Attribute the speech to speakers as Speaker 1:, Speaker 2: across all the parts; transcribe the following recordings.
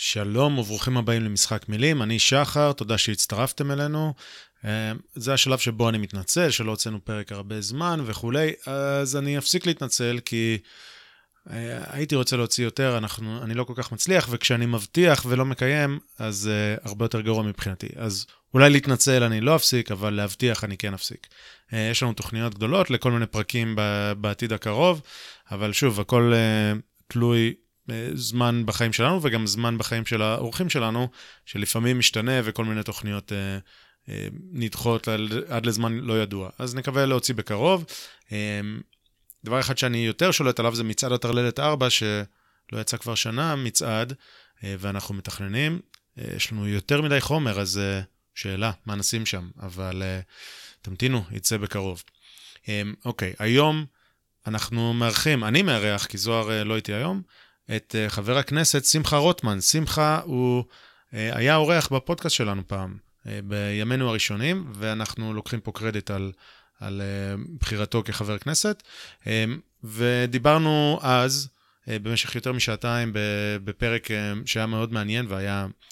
Speaker 1: שלום וברוכים הבאים למשחק מילים, אני שחר, תודה שהצטרפתם אלינו. זה השלב שבו אני מתנצל, שלא הוצאנו פרק הרבה זמן וכולי, אז אני אפסיק להתנצל כי הייתי רוצה להוציא יותר, אני לא כל כך מצליח, וכשאני מבטיח ולא מקיים, אז הרבה יותר גרוע מבחינתי. אז אולי להתנצל אני לא אפסיק, אבל להבטיח אני כן אפסיק. יש לנו תוכניות גדולות לכל מיני פרקים בעתיד הקרוב, אבל שוב, הכל תלוי זמן בחיים שלנו, וגם זמן בחיים של האורחים שלנו, שלפעמים משתנה וכל מיני תוכניות נדחות עד לזמן לא ידוע. אז נקווה להוציא בקרוב. דבר אחד שאני יותר שולט עליו זה מצעד הטרללת 4, שלא יצא כבר שנה מצעד, ואנחנו מתכננים. יש לנו יותר מדי חומר, אז שאלה, מה נשים שם? אבל תמתינו, יצא בקרוב. אוקיי, היום אנחנו מארחים, אני מארח, כי זוהר לא איתי היום, את חבר הכנסת שמחה רוטמן. שמחה הוא היה אורח בפודקאסט שלנו פעם, בימינו הראשונים, ואנחנו לוקחים פה קרדיט על בחירתו כחבר כנסת, ודיברנו אז במשך יותר משעתיים בפרק שהיה מאוד מעניין, הוא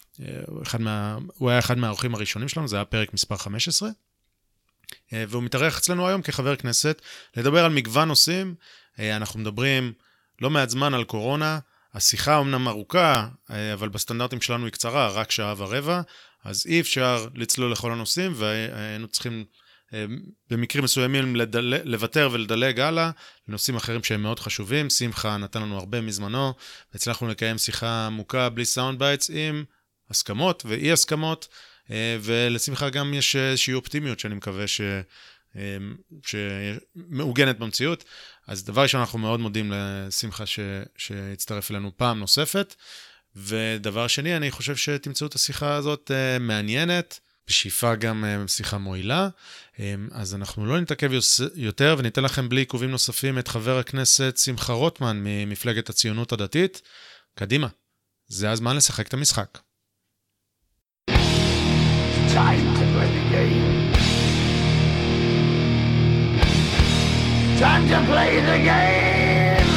Speaker 1: היה אחד מהאורחים הראשונים שלנו, זה היה פרק מספר 15, והוא מתארח אצלנו היום כחבר כנסת, לדבר על מגוון נושאים. אנחנו מדברים לא מעט זמן על קורונה, השיחה אמנם ארוכה, אבל בסטנדרטים שלנו היא קצרה, רק שעה ורבע, אז אי אפשר לצלול לכל הנושאים, והיינו צריכים במקרים מסוימים לוותר ולדלג הלאה, לנושאים אחרים שהם מאוד חשובים. שמחה נתן לנו הרבה מזמנו, והצלחנו לקיים שיחה עמוקה בלי סאונד בייטס עם הסכמות ואי הסכמות, ולשמחה גם יש איזושהי אופטימיות שאני מקווה שמעוגנת במציאות. אז דבר ראשון, אנחנו מאוד מודים לשמחה שהצטרף אלינו פעם נוספת, ודבר שני, אני חושב שתמצאו את השיחה הזאת מעניינת, בשאיפה גם שיחה מועילה. אז אנחנו לא נתעכב יותר, וניתן לכם בלי עיכובים נוספים את חבר הכנסת שמחה רוטמן ממפלגת הציונות הדתית. קדימה, זה הזמן לשחק את המשחק.
Speaker 2: Time to play the game. Time to play the game.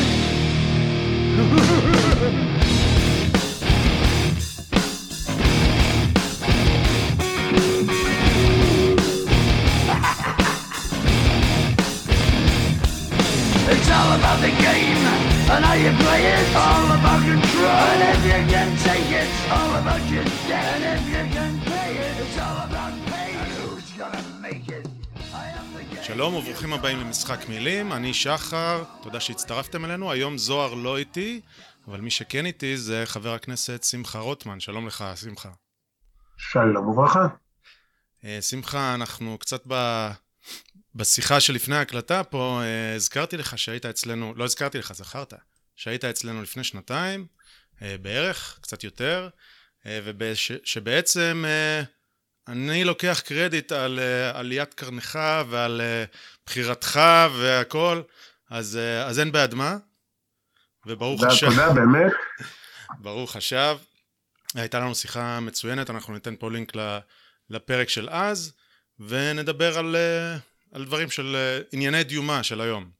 Speaker 2: It's all about the game and how you play it. All about control, and if you can take it, all about your debt. And if you can pay it, it's all about pay. And who's gonna make it? I am the game.
Speaker 1: שלום וברוכים הבאים למשחק מילים, אני שחר, תודה שהצטרפתם אלינו. היום זוהר לא איתי, אבל מי שכן איתי זה חבר הכנסת שמחה רוטמן. שלום לך, שמחה.
Speaker 3: שלום וברכה.
Speaker 1: שמחה, אנחנו קצת בשיחה שלפני ההקלטה פה, הזכרתי לך שהיית אצלנו, לא הזכרתי לך, זכרת, שהיית אצלנו לפני שנתיים, בערך, קצת יותר, שבעצם אני לוקח קרדיט על עליית קרנך ועל בחירתך והכל, אז אין בעד מה, וברוך השב.
Speaker 3: תודה, באמת.
Speaker 1: ברוך השב. הייתה לנו שיחה מצוינת, אנחנו ניתן פה לינק לפרק של אז, ונדבר על דברים של ענייני דיומה של היום.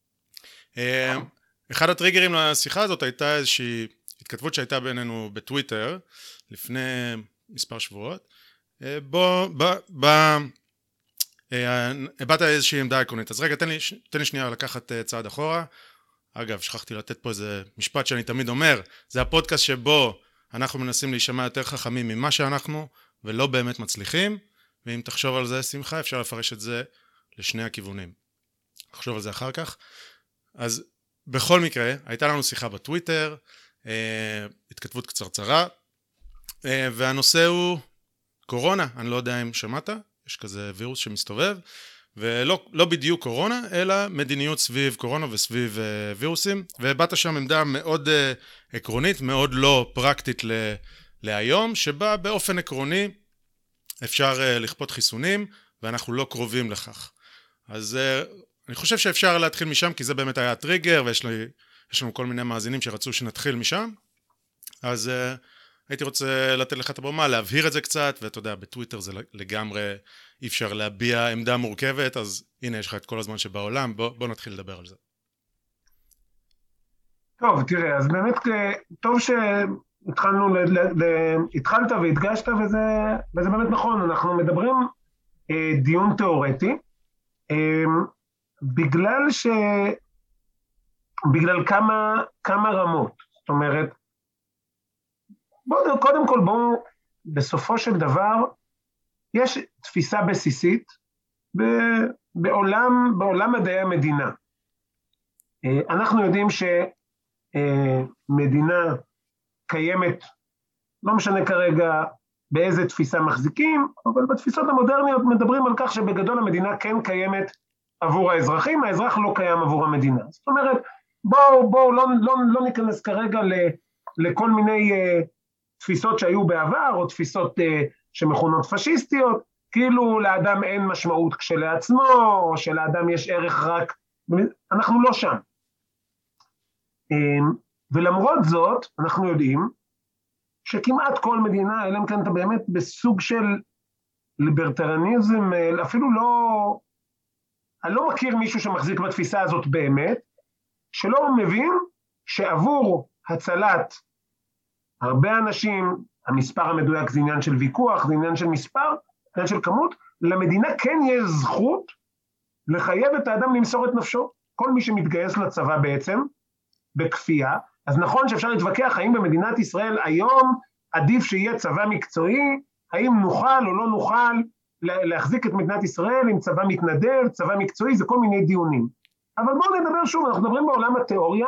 Speaker 1: אחד הטריגרים לשיחה הזאת הייתה איזושהי התכתבות שהייתה בינינו בטוויטר לפני מספר שבועות. הבאת איזושהי עמדה עקרונית. אז רגע, תן לי שנייה לקחת צעד אחורה. אגב, שכחתי לתת פה איזה משפט שאני תמיד אומר, זה הפודקאסט שבו אנחנו מנסים להישמע יותר חכמים ממה שאנחנו, ולא באמת מצליחים, ואם תחשוב על זה, שמחה, אפשר לפרש את זה לשני הכיוונים. תחשוב על זה אחר כך. אז בכל מקרה, הייתה לנו שיחה בטוויטר, התכתבות קצרצרה, והנושא הוא קורונה. אני לא יודע אם שמעת, יש כזה וירוס שמסתובב, ולא בדיוק קורונה, אלא מדיניות סביב קורונה וסביב וירוסים, ובאת שם עמדה מאוד עקרונית, מאוד לא פרקטית להיום, שבה באופן עקרוני אפשר לכפות חיסונים, ואנחנו לא קרובים לכך. אז אני חושב שאפשר להתחיל משם, כי זה באמת היה הטריגר, ויש לנו כל מיני מאזינים שרצו שנתחיל משם. אז הייתי רוצה לתת לך את הבמה, להבהיר את זה קצת, ואתה יודע, בטוויטר זה לגמרי אי אפשר להביע עמדה מורכבת, אז הנה יש לך את כל הזמן שבעולם, בוא נתחיל לדבר על זה.
Speaker 3: טוב, תראה, אז באמת טוב התחלת והדגשת, וזה באמת נכון, אנחנו מדברים דיון תיאורטי, בגלל כמה רמות, זאת אומרת, קודם כל בואו, בסופו של דבר, יש תפיסה בסיסית בעולם מדעי המדינה. אנחנו יודעים שמדינה קיימת, לא משנה כרגע באיזה תפיסה מחזיקים, אבל בתפיסות המודרניות מדברים על כך שבגדול המדינה כן קיימת עבור האזרחים, האזרח לא קיים עבור המדינה. זאת אומרת, בואו לא ניכנס כרגע לכל מיני תפיסות שהיו בעבר, או תפיסות שמכונות פשיסטיות, כאילו לאדם אין משמעות כשלעצמו, או שלאדם יש ערך רק, אנחנו לא שם. ולמרות זאת, אנחנו יודעים שכמעט כל מדינה, אלא אם כן אתה באמת בסוג של ליברטריאניזם, אפילו אני לא מכיר מישהו שמחזיק בתפיסה הזאת באמת, שלא מבין שעבור הצלת הרבה אנשים, המספר המדויק זה עניין של ויכוח, זה עניין של מספר, עניין של כמות, למדינה כן יש זכות לחייב את האדם למסור את נפשו. כל מי שמתגייס לצבא בעצם, בכפייה, אז נכון שאפשר להתווכח האם במדינת ישראל היום עדיף שיהיה צבא מקצועי, האם נוכל או לא נוכל להחזיק את מדינת ישראל עם צבא מתנדב, צבא מקצועי, זה כל מיני דיונים. אבל בואו נדבר שוב, אנחנו מדברים בעולם התיאוריה,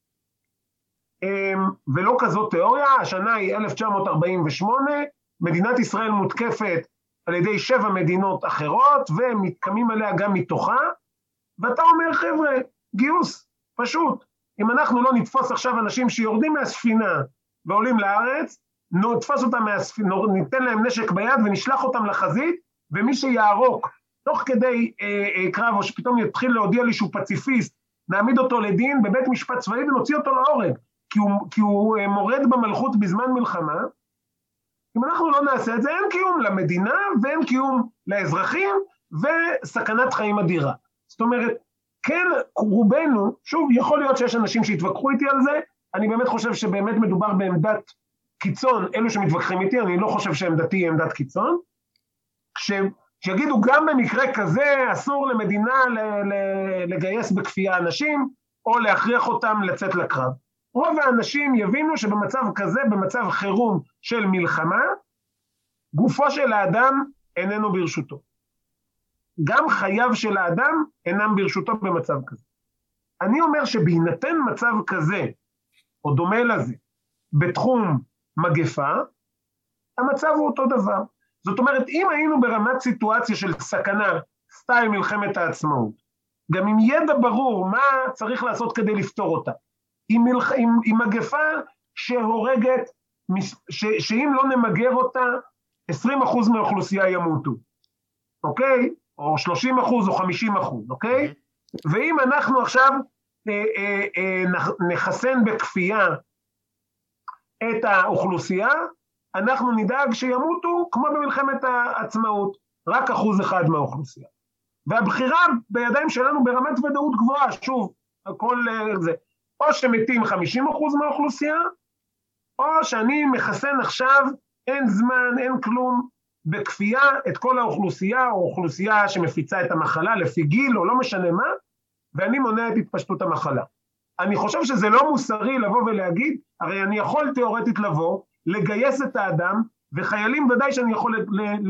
Speaker 3: ולא כזאת תיאוריה, השנה היא 1948, מדינת ישראל מותקפת על ידי 7 מדינות אחרות, ומתקמים עליה גם מתוכה, ואתה אומר חבר'ה, גיוס, פשוט, אם אנחנו לא נתפוס עכשיו אנשים שיורדים מהספינה ועולים לארץ, נתפוס אותם מהספינה, ניתן להם נשק ביד ונשלח אותם לחזית, ומי שיערוק תוך כדי קרב, או שפתאום יתחיל להודיע לי שהוא פציפיסט, נעמיד אותו לדין בבית משפט צבאי ונוציא אותו להורג, כי הוא מורד במלכות בזמן מלחמה. אם אנחנו לא נעשה את זה, אין קיום למדינה ואין קיום לאזרחים, וסכנת חיים אדירה. זאת אומרת, כן, רובנו, שוב, יכול להיות שיש אנשים שהתווכחו איתי על זה, אני באמת חושב שבאמת מדובר בעמדת קיצון, אלו שמתווכחים איתי, אני לא חושב שעמדתי היא עמדת קיצון, שיגידו גם במקרה כזה, אסור למדינה לגייס בכפייה אנשים, או להכריח אותם לצאת לקרב. רוב האנשים יבינו שבמצב כזה, במצב חירום של מלחמה, גופו של האדם איננו ברשותו. גם חייו של האדם אינם ברשותו במצב כזה. אני אומר שבהינתן מצב כזה, או דומה לזה, בתחום מגפה, המצב הוא אותו דבר. זאת אומרת, אם היינו ברמת סיטואציה של סכנה, סטייל מלחמת העצמאות, גם עם ידע ברור מה צריך לעשות כדי לפתור אותה, עם מגפה שהורגת, שאם לא נמגר אותה, 20% מהאוכלוסייה ימותו, אוקיי? או 30% או 50%, אוקיי? ואם אנחנו עכשיו נחסן בכפייה את האוכלוסייה, אנחנו נדאג שימותו כמו במלחמת העצמאות, רק 1% מהאוכלוסייה. והבחירה בידיים שלנו ברמת ודאות גבוהה, שוב, הכל זה, או שמתים 50% מהאוכלוסייה, או שאני מחסן עכשיו, אין זמן, אין כלום, בכפייה את כל האוכלוסייה, או אוכלוסייה שמפיצה את המחלה לפי גיל, או לא משנה מה, ואני מונע את התפשטות המחלה. אני חושב שזה לא מוסרי לבוא ולהגיד, הרי אני יכול תיאורטית לבוא, לגייס את האדם, וחיילים ודאי שאני יכול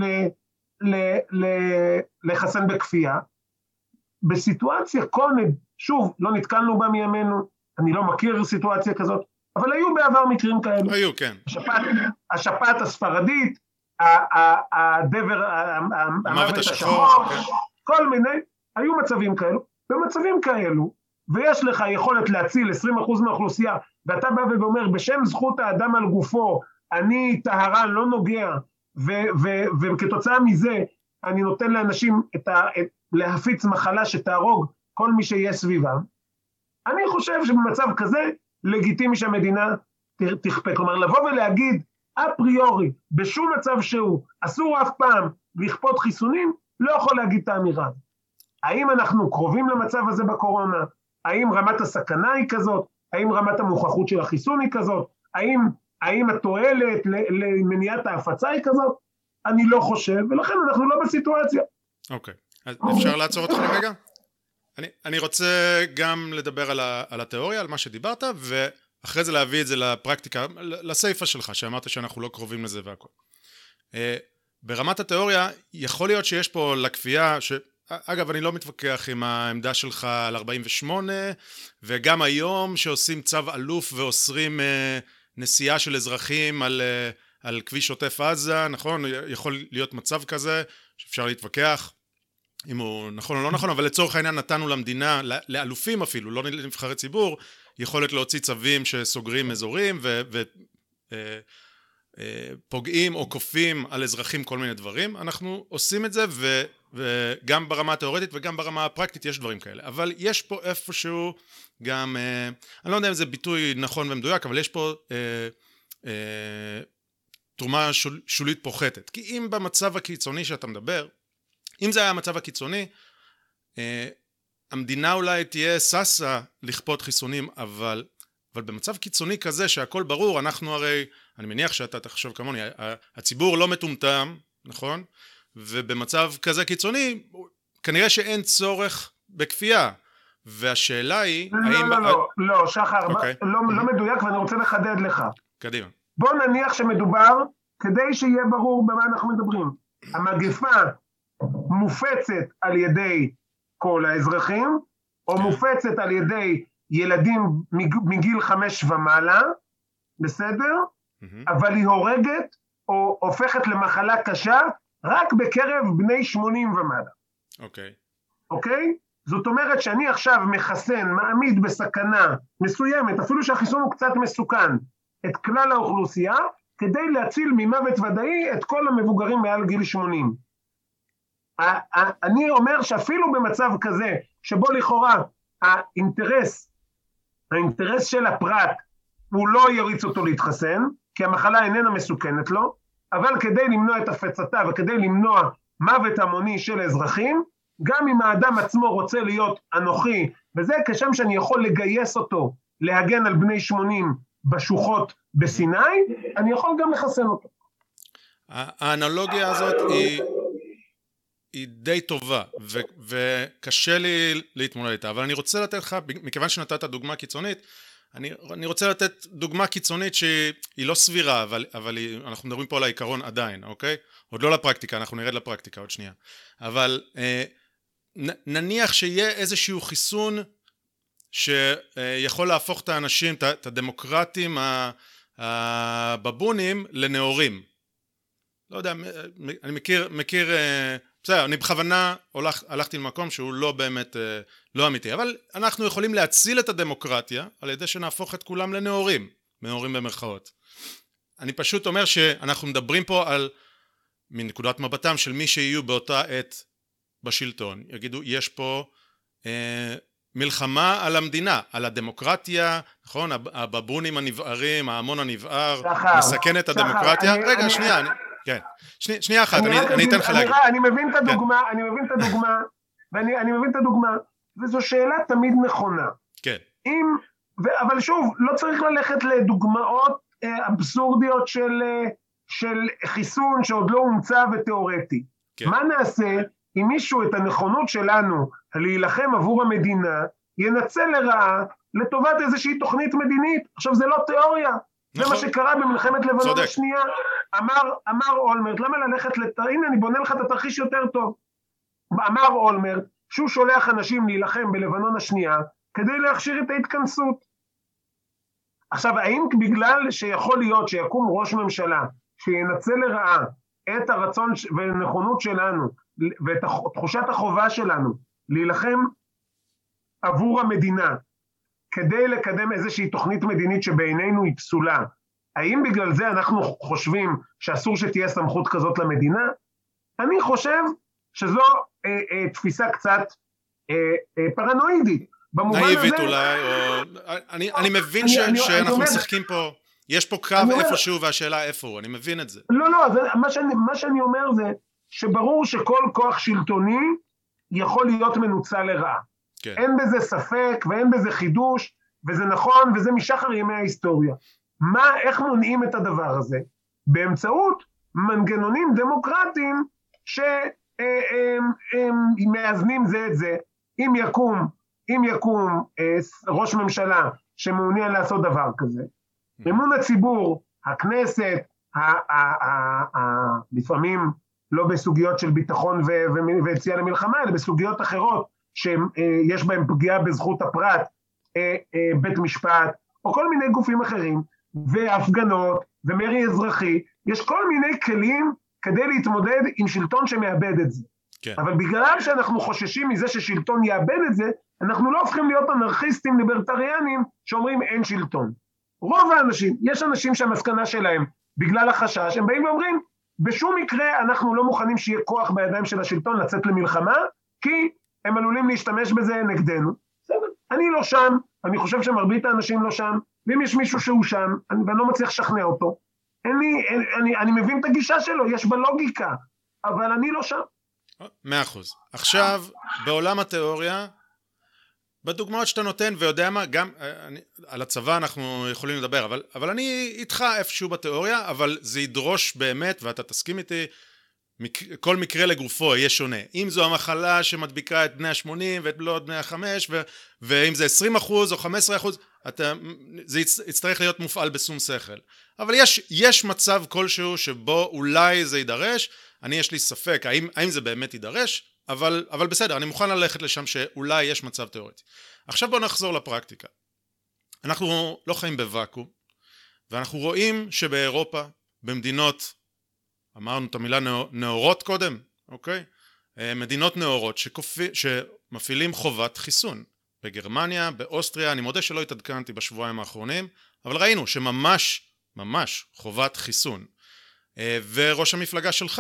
Speaker 3: לחסן בכפייה. בסיטואציה שוב, לא נתקלנו בה מימינו, אני לא מכיר סיטואציה כזאת, אבל היו בעבר מקרים כאלו.
Speaker 1: היו, כן.
Speaker 3: השפעת הספרדית, הדבר, המוות השחור, כל מיני, היו מצבים כאלו, במצבים כאלו, ויש לך יכולת להציל 20% מהאוכלוסייה, ואתה בא ואומר, בשם זכות האדם על גופו, אני טהרן, לא נוגע, וכתוצאה מזה, אני נותן לאנשים להפיץ מחלה שתהרוג כל מי שיהיה סביבם, אני חושב שבמצב כזה, לגיטימי שהמדינה תכפה, כלומר, לבוא ולהגיד, אפריורי, בשום מצב שהוא, אסור אף פעם לכפות חיסונים, לא יכול להגיד את האמירה. האם אנחנו קרובים למצב הזה בקורונה? האם רמת הסכנה היא כזאת? האם רמת המוכחות של החיסון היא כזאת? האם האם התועלת למניעת ההפצה היא כזאת? אני לא חושב, ולכן אנחנו לא בסיטואציה.
Speaker 1: אוקיי, אז אפשר לעצור אותך לרגע? אני רוצה גם לדבר על התיאוריה, על מה שדיברת, ואחרי זה להביא את זה לפרקטיקה, לסייפה שלך, שאמרת שאנחנו לא קרובים לזה והכל. ברמת התיאוריה, יכול להיות שיש פה לכפייה, אגב, אני לא מתווכח עם העמדה שלך על 48, וגם היום שעושים צו אלוף ואוסרים נסיעה של אזרחים על כביש עוטף עזה, נכון? יכול להיות מצב כזה, שאפשר להתווכח אם הוא נכון או לא נכון, אבל לצורך העניין נתנו למדינה, לאלופים אפילו, לא לנבחרי ציבור, יכולת להוציא צווים שסוגרים אזורים פוגעים או כופים על אזרחים כל מיני דברים. אנחנו עושים את זה, וגם ברמה התיאורטית וגם ברמה הפרקטית יש דברים כאלה, אבל יש פה איפשהו גם, אני לא יודע אם זה ביטוי נכון ומדויק, אבל יש פה תרומה שולית פוחתת. כי אם במצב הקיצוני שאתה מדבר, אם זה היה המצב הקיצוני, המדינה אולי תהיה ססה לכפות חיסונים, אבל במצב קיצוני כזה שהכל ברור, אנחנו הרי, אני מניח שאתה תחשוב כמוני, הציבור לא מטומטם, נכון? ובמצב כזה קיצוני, כנראה שאין צורך בכפייה. והשאלה היא, האם...
Speaker 3: לא, שחר, לא מדויק, ואני רוצה לחדד לך.
Speaker 1: קדימה.
Speaker 3: בוא נניח שמדובר, כדי שיהיה ברור במה אנחנו מדברים. המגפה מופצת על ידי כל האזרחים, או מופצת על ידי ילדים מגיל 5 ומעלה, בסדר? אבל היא הורגת או הופכת למחלה קשה רק בקרב בני 80 ומעלה. אוקיי? זאת אומרת שאני עכשיו מחסן, מעמיד בסכנה מסוימת, אפילו שהחיסון הוא קצת מסוכן, את כלל האוכלוסייה, כדי להציל ממוות ודאי את כל המבוגרים מעל גיל 80. אני אומר שאפילו במצב כזה, שבו לכאורה האינטרס של הפרט, הוא לא יריץ אותו להתחסן, כי המחלה איננה מסוכנת לו, אבל כדי למנוע את הפצתה וכדי למנוע מוות המוני של האזרחים, גם אם האדם עצמו רוצה להיות אנוכי, וזה כשם שאני יכול לגייס אותו להגן על בני 80 בשוחות בסיני, אני יכול גם לחסן אותו.
Speaker 1: האנלוגיה הזאת היא די טובה, וקשה לי להתמודד איתה, אבל אני רוצה לתת לך, מכיוון שנתת דוגמה קיצונית, אני רוצה לתת דוגמה קיצונית שהיא לא סבירה, אבל אנחנו מדברים פה על העיקרון עדיין, אוקיי? עוד לא לפרקטיקה, אנחנו נרד לפרקטיקה עוד שנייה. אבל נניח שיהיה איזשהו חיסון שיכול להפוך את האנשים, את הדמוקרטים הבבונים לנאורים. לא יודע, אני מכיר, בסדר, אני בכוונה הלכתי למקום שהוא לא באמת, לא אמיתי, אבל אנחנו יכולים להציל את הדמוקרטיה על ידי שנהפוך את כולם לנאורים, נאורים במרכאות. אני פשוט אומר שאנחנו מדברים פה על מנקודת מבטם של מי שיהיו באותה עת בשלטון. יגידו, יש פה מלחמה על המדינה, על הדמוקרטיה, נכון? הבבונים הנבערים, ההמון הנבער, מסכן את הדמוקרטיה. רגע, שנייה, כן. שנייה אחת, אני אתן לך להגיד.
Speaker 3: אני מבין את הדוגמה, ואני מבין את הדוגמה, וזו שאלה תמיד נכונה.
Speaker 1: כן.
Speaker 3: אבל שוב, לא צריך ללכת לדוגמאות אבסורדיות של חיסון שעוד לא הומצא ותיאורטי. מה נעשה אם מישהו את הנכונות שלנו להילחם עבור המדינה, ינצל לרעה לטובת איזושהי תוכנית מדינית? עכשיו זה לא תיאוריה, זה מה שקרה במלחמת לבנון השנייה. אמר אולמרט, למה ללכת הנה אני בונה לך את התרחיש יותר טוב. אמר אולמרט שהוא שולח אנשים להילחם בלבנון השנייה כדי להכשיר את ההתכנסות. עכשיו האם בגלל שיכול להיות שיקום ראש ממשלה שינצל לרעה את הרצון והנכונות שלנו ואת תחושת החובה שלנו להילחם עבור המדינה כדי לקדם איזושהי תוכנית מדינית שבעינינו היא פסולה, האם בגלל זה אנחנו חושבים שאסור שתהיה סמכות כזאת למדינה? אני חושב שזו תפיסה קצת פרנואידית.
Speaker 1: נאיבית אולי, אני מבין שאנחנו משחקים פה, יש פה קו איפשהו והשאלה איפה הוא, אני מבין את זה.
Speaker 3: לא, מה שאני אומר זה שברור שכל כוח שלטוני יכול להיות מנוצל לרעה. אין בזה ספק ואין בזה חידוש, וזה נכון, וזה משחר ימי ההיסטוריה. איך מונעים את הדבר הזה? באמצעות מנגנונים דמוקרטיים שמאזנים זה את זה. אם יקום ראש ממשלה שמעוניין לעשות דבר כזה, אמון הציבור, הכנסת, לפעמים לא בסוגיות של ביטחון ויציאה למלחמה, אלא בסוגיות אחרות שיש בהן פגיעה בזכות הפרט, בית משפט, או כל מיני גופים אחרים, והפגנות, ומרי אזרחי, יש כל מיני כלים כדי להתמודד עם שלטון שמאבד את זה.
Speaker 1: כן.
Speaker 3: אבל בגלל שאנחנו חוששים מזה ששלטון יאבד את זה, אנחנו לא הופכים להיות אנרכיסטים ליברטריאנים שאומרים אין שלטון. רוב האנשים, יש אנשים שהמסקנה שלהם, בגלל החשש, הם באים ואומרים, בשום מקרה אנחנו לא מוכנים שיהיה כוח בידיים של השלטון לצאת למלחמה, כי הם עלולים להשתמש בזה נגדנו. אני לא שם, אני חושב שמרבית האנשים לא שם, ואם יש מישהו שהוא שם, ואני לא מצליח לשכנע אותו, אני מבין את הגישה שלו, יש בה לוגיקה, אבל אני לא שם.
Speaker 1: 100%. עכשיו, בעולם התיאוריה, בדוגמאות שאתה נותן, ויודע מה, גם על הצבא אנחנו יכולים לדבר, אבל אני איתך איפשהו בתיאוריה, אבל זה ידרוש באמת, ואתה תסכים איתי, כל מקרה לגופו יהיה שונה. אם זו המחלה שמדביקה את בני ה-80 ואת בני ה-5, ואם זה 20% או 15%, זה יצטרך להיות מופעל בשום שכל. אבל יש מצב כלשהו שבו אולי זה יידרש, יש לי ספק האם זה באמת יידרש, אבל בסדר, אני מוכן ללכת לשם שאולי יש מצב תיאורטי. עכשיו בואו נחזור לפרקטיקה. אנחנו לא חיים בוואקום, ואנחנו רואים שבאירופה, במדינות, אמרנו את המילה נאורות קודם, אוקיי? מדינות נאורות שמפעילים חובת חיסון. בגרמניה, באוסטריה, אני מודה שלא התעדכנתי בשבועיים האחרונים, אבל ראינו ממש חובת חיסון. וראש המפלגה שלך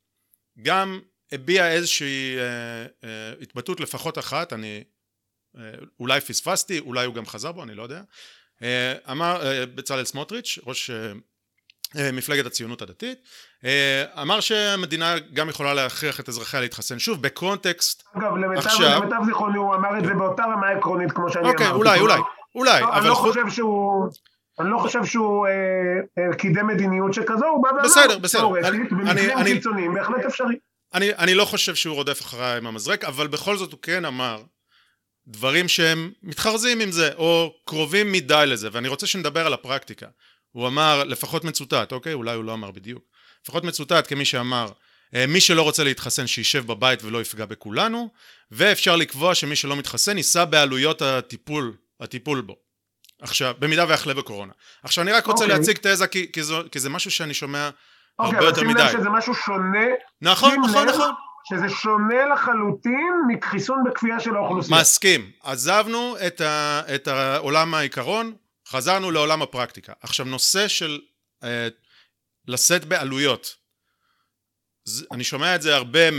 Speaker 1: גם הביע איזושהי התבטאות לפחות אחת, אני אולי פספסתי, אולי הוא גם חזר בו, אני לא יודע. אמר בצלאל סמוטריץ', ראש מפלגת הציונות הדתית, אמר שהמדינה גם יכולה להכריח את אזרחיה להתחסן. שוב, בקונטקסט
Speaker 3: אגב, למיטב זיכרוני הוא אמר את זה באותה רמה עקרונית כמו שאני אמרתי.
Speaker 1: אוקיי, אולי.
Speaker 3: אני לא חושב שהוא קידם מדיניות שכזו, הוא בא ואמר,
Speaker 1: בסדר.
Speaker 3: במקרים חיצוניים, בהחלט אפשרי.
Speaker 1: אני לא חושב שהוא רודף אחריי עם המזרק, אבל בכל זאת הוא כן אמר דברים שהם מתחרזים עם זה, או קרובים מדי לזה, ואני רוצה שנדבר על הפרקטיקה. הוא אמר, לפחות מצוטט, אוקיי? אולי הוא לא אמר בדיוק. לפחות מצוטט כמי שאמר, מי שלא רוצה להתחסן שישב בבית ולא יפגע בכולנו, ואפשר לקבוע שמי שלא מתחסן יישא בעלויות הטיפול בו. עכשיו, במידה ויחלה בקורונה. עכשיו, אני רק רוצה להציג תזה, כי זה משהו שאני שומע הרבה יותר מדי.
Speaker 3: אוקיי, אבל שים לב שזה משהו שונה.
Speaker 1: נכון.
Speaker 3: שזה שונה לחלוטין מחיסון בכפייה של האוכלוסייה.
Speaker 1: מסכים. עזבנו את העולם העיקרון, חזרנו לעולם הפרקטיקה. עכשיו, נושא של לשאת בעלויות. אני שומע את זה הרבה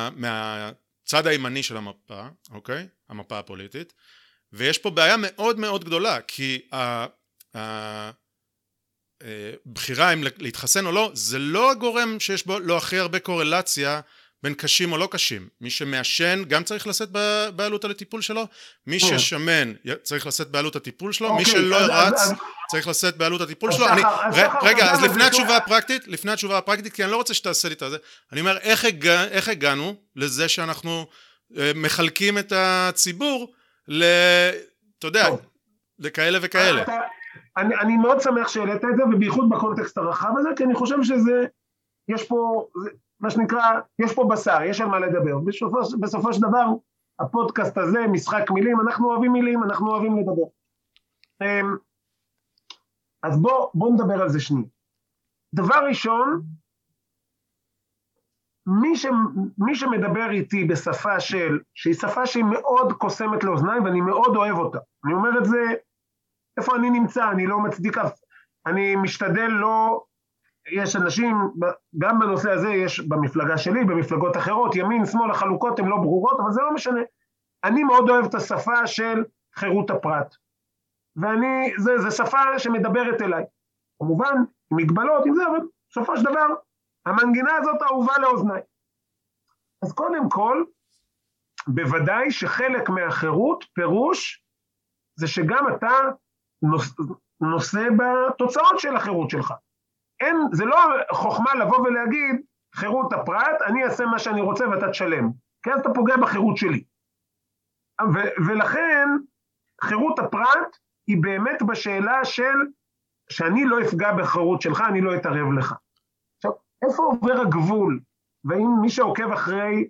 Speaker 1: מהצד הימני של המפה, אוקיי? המפה הפוליטית. ויש פה בעיה מאוד מאוד גדולה, כי הבחירה אם להתחסן או לא, זה לא הגורם שיש בו לא הכי הרבה קורלציה בין קשים או לא קשים. מי שמעשן גם צריך לשאת בעלות על הטיפול שלו, מי ששמן צריך לשאת בעלות הטיפול שלו, מי שלא רץ צריך לשאת בעלות הטיפול שלו. רגע, אז לפני התשובה הפרקטית, כי אני לא רוצה שתעשה לי את זה, אני אומר, איך הגענו לזה שאנחנו מחלקים את הציבור אתה יודע, לכאלה וכאלה.
Speaker 3: אני מאוד שמח שהעלית את זה, ובייחוד בקונטקסט הרחב הזה, כי אני חושב שזה, יש פה, מה שנקרא, יש פה בשר, יש על מה לדבר. בסופו של דבר, הפודקאסט הזה, משחק מילים, אנחנו אוהבים מילים, אנחנו אוהבים לדבר. אז בוא נדבר על זה שנייה. דבר ראשון, מי שמדבר איתי בשפה שהיא שפה שהיא מאוד קוסמת לאוזניים, ואני מאוד אוהב אותה. אני אומר את זה, איפה אני נמצא, אני לא מצדיק אף, אני משתדל לא, יש אנשים, גם בנושא הזה יש במפלגה שלי, במפלגות אחרות, ימין, שמאל, החלוקות הן לא ברורות, אבל זה לא משנה. אני מאוד אוהב את השפה של חירות הפרט. זה שפה שמדברת אליי. כמובן, עם מגבלות, עם זה, אבל בסופו של דבר, המנגינה הזאת אהובה לאוזניי. אז קודם כל, בוודאי שחלק מהחירות, פירוש, זה שגם אתה נושא בתוצאות של החירות שלך. זה לא חוכמה לבוא ולהגיד, חירות הפרט, אני אעשה מה שאני רוצה ואתה תשלם. כי אז אתה פוגע בחירות שלי. ולכן, חירות הפרט היא באמת בשאלה של, שאני לא אפגע בחירות שלך, אני לא אתערב לך. עכשיו, איפה עובר הגבול? ואם מי שעוקב אחרי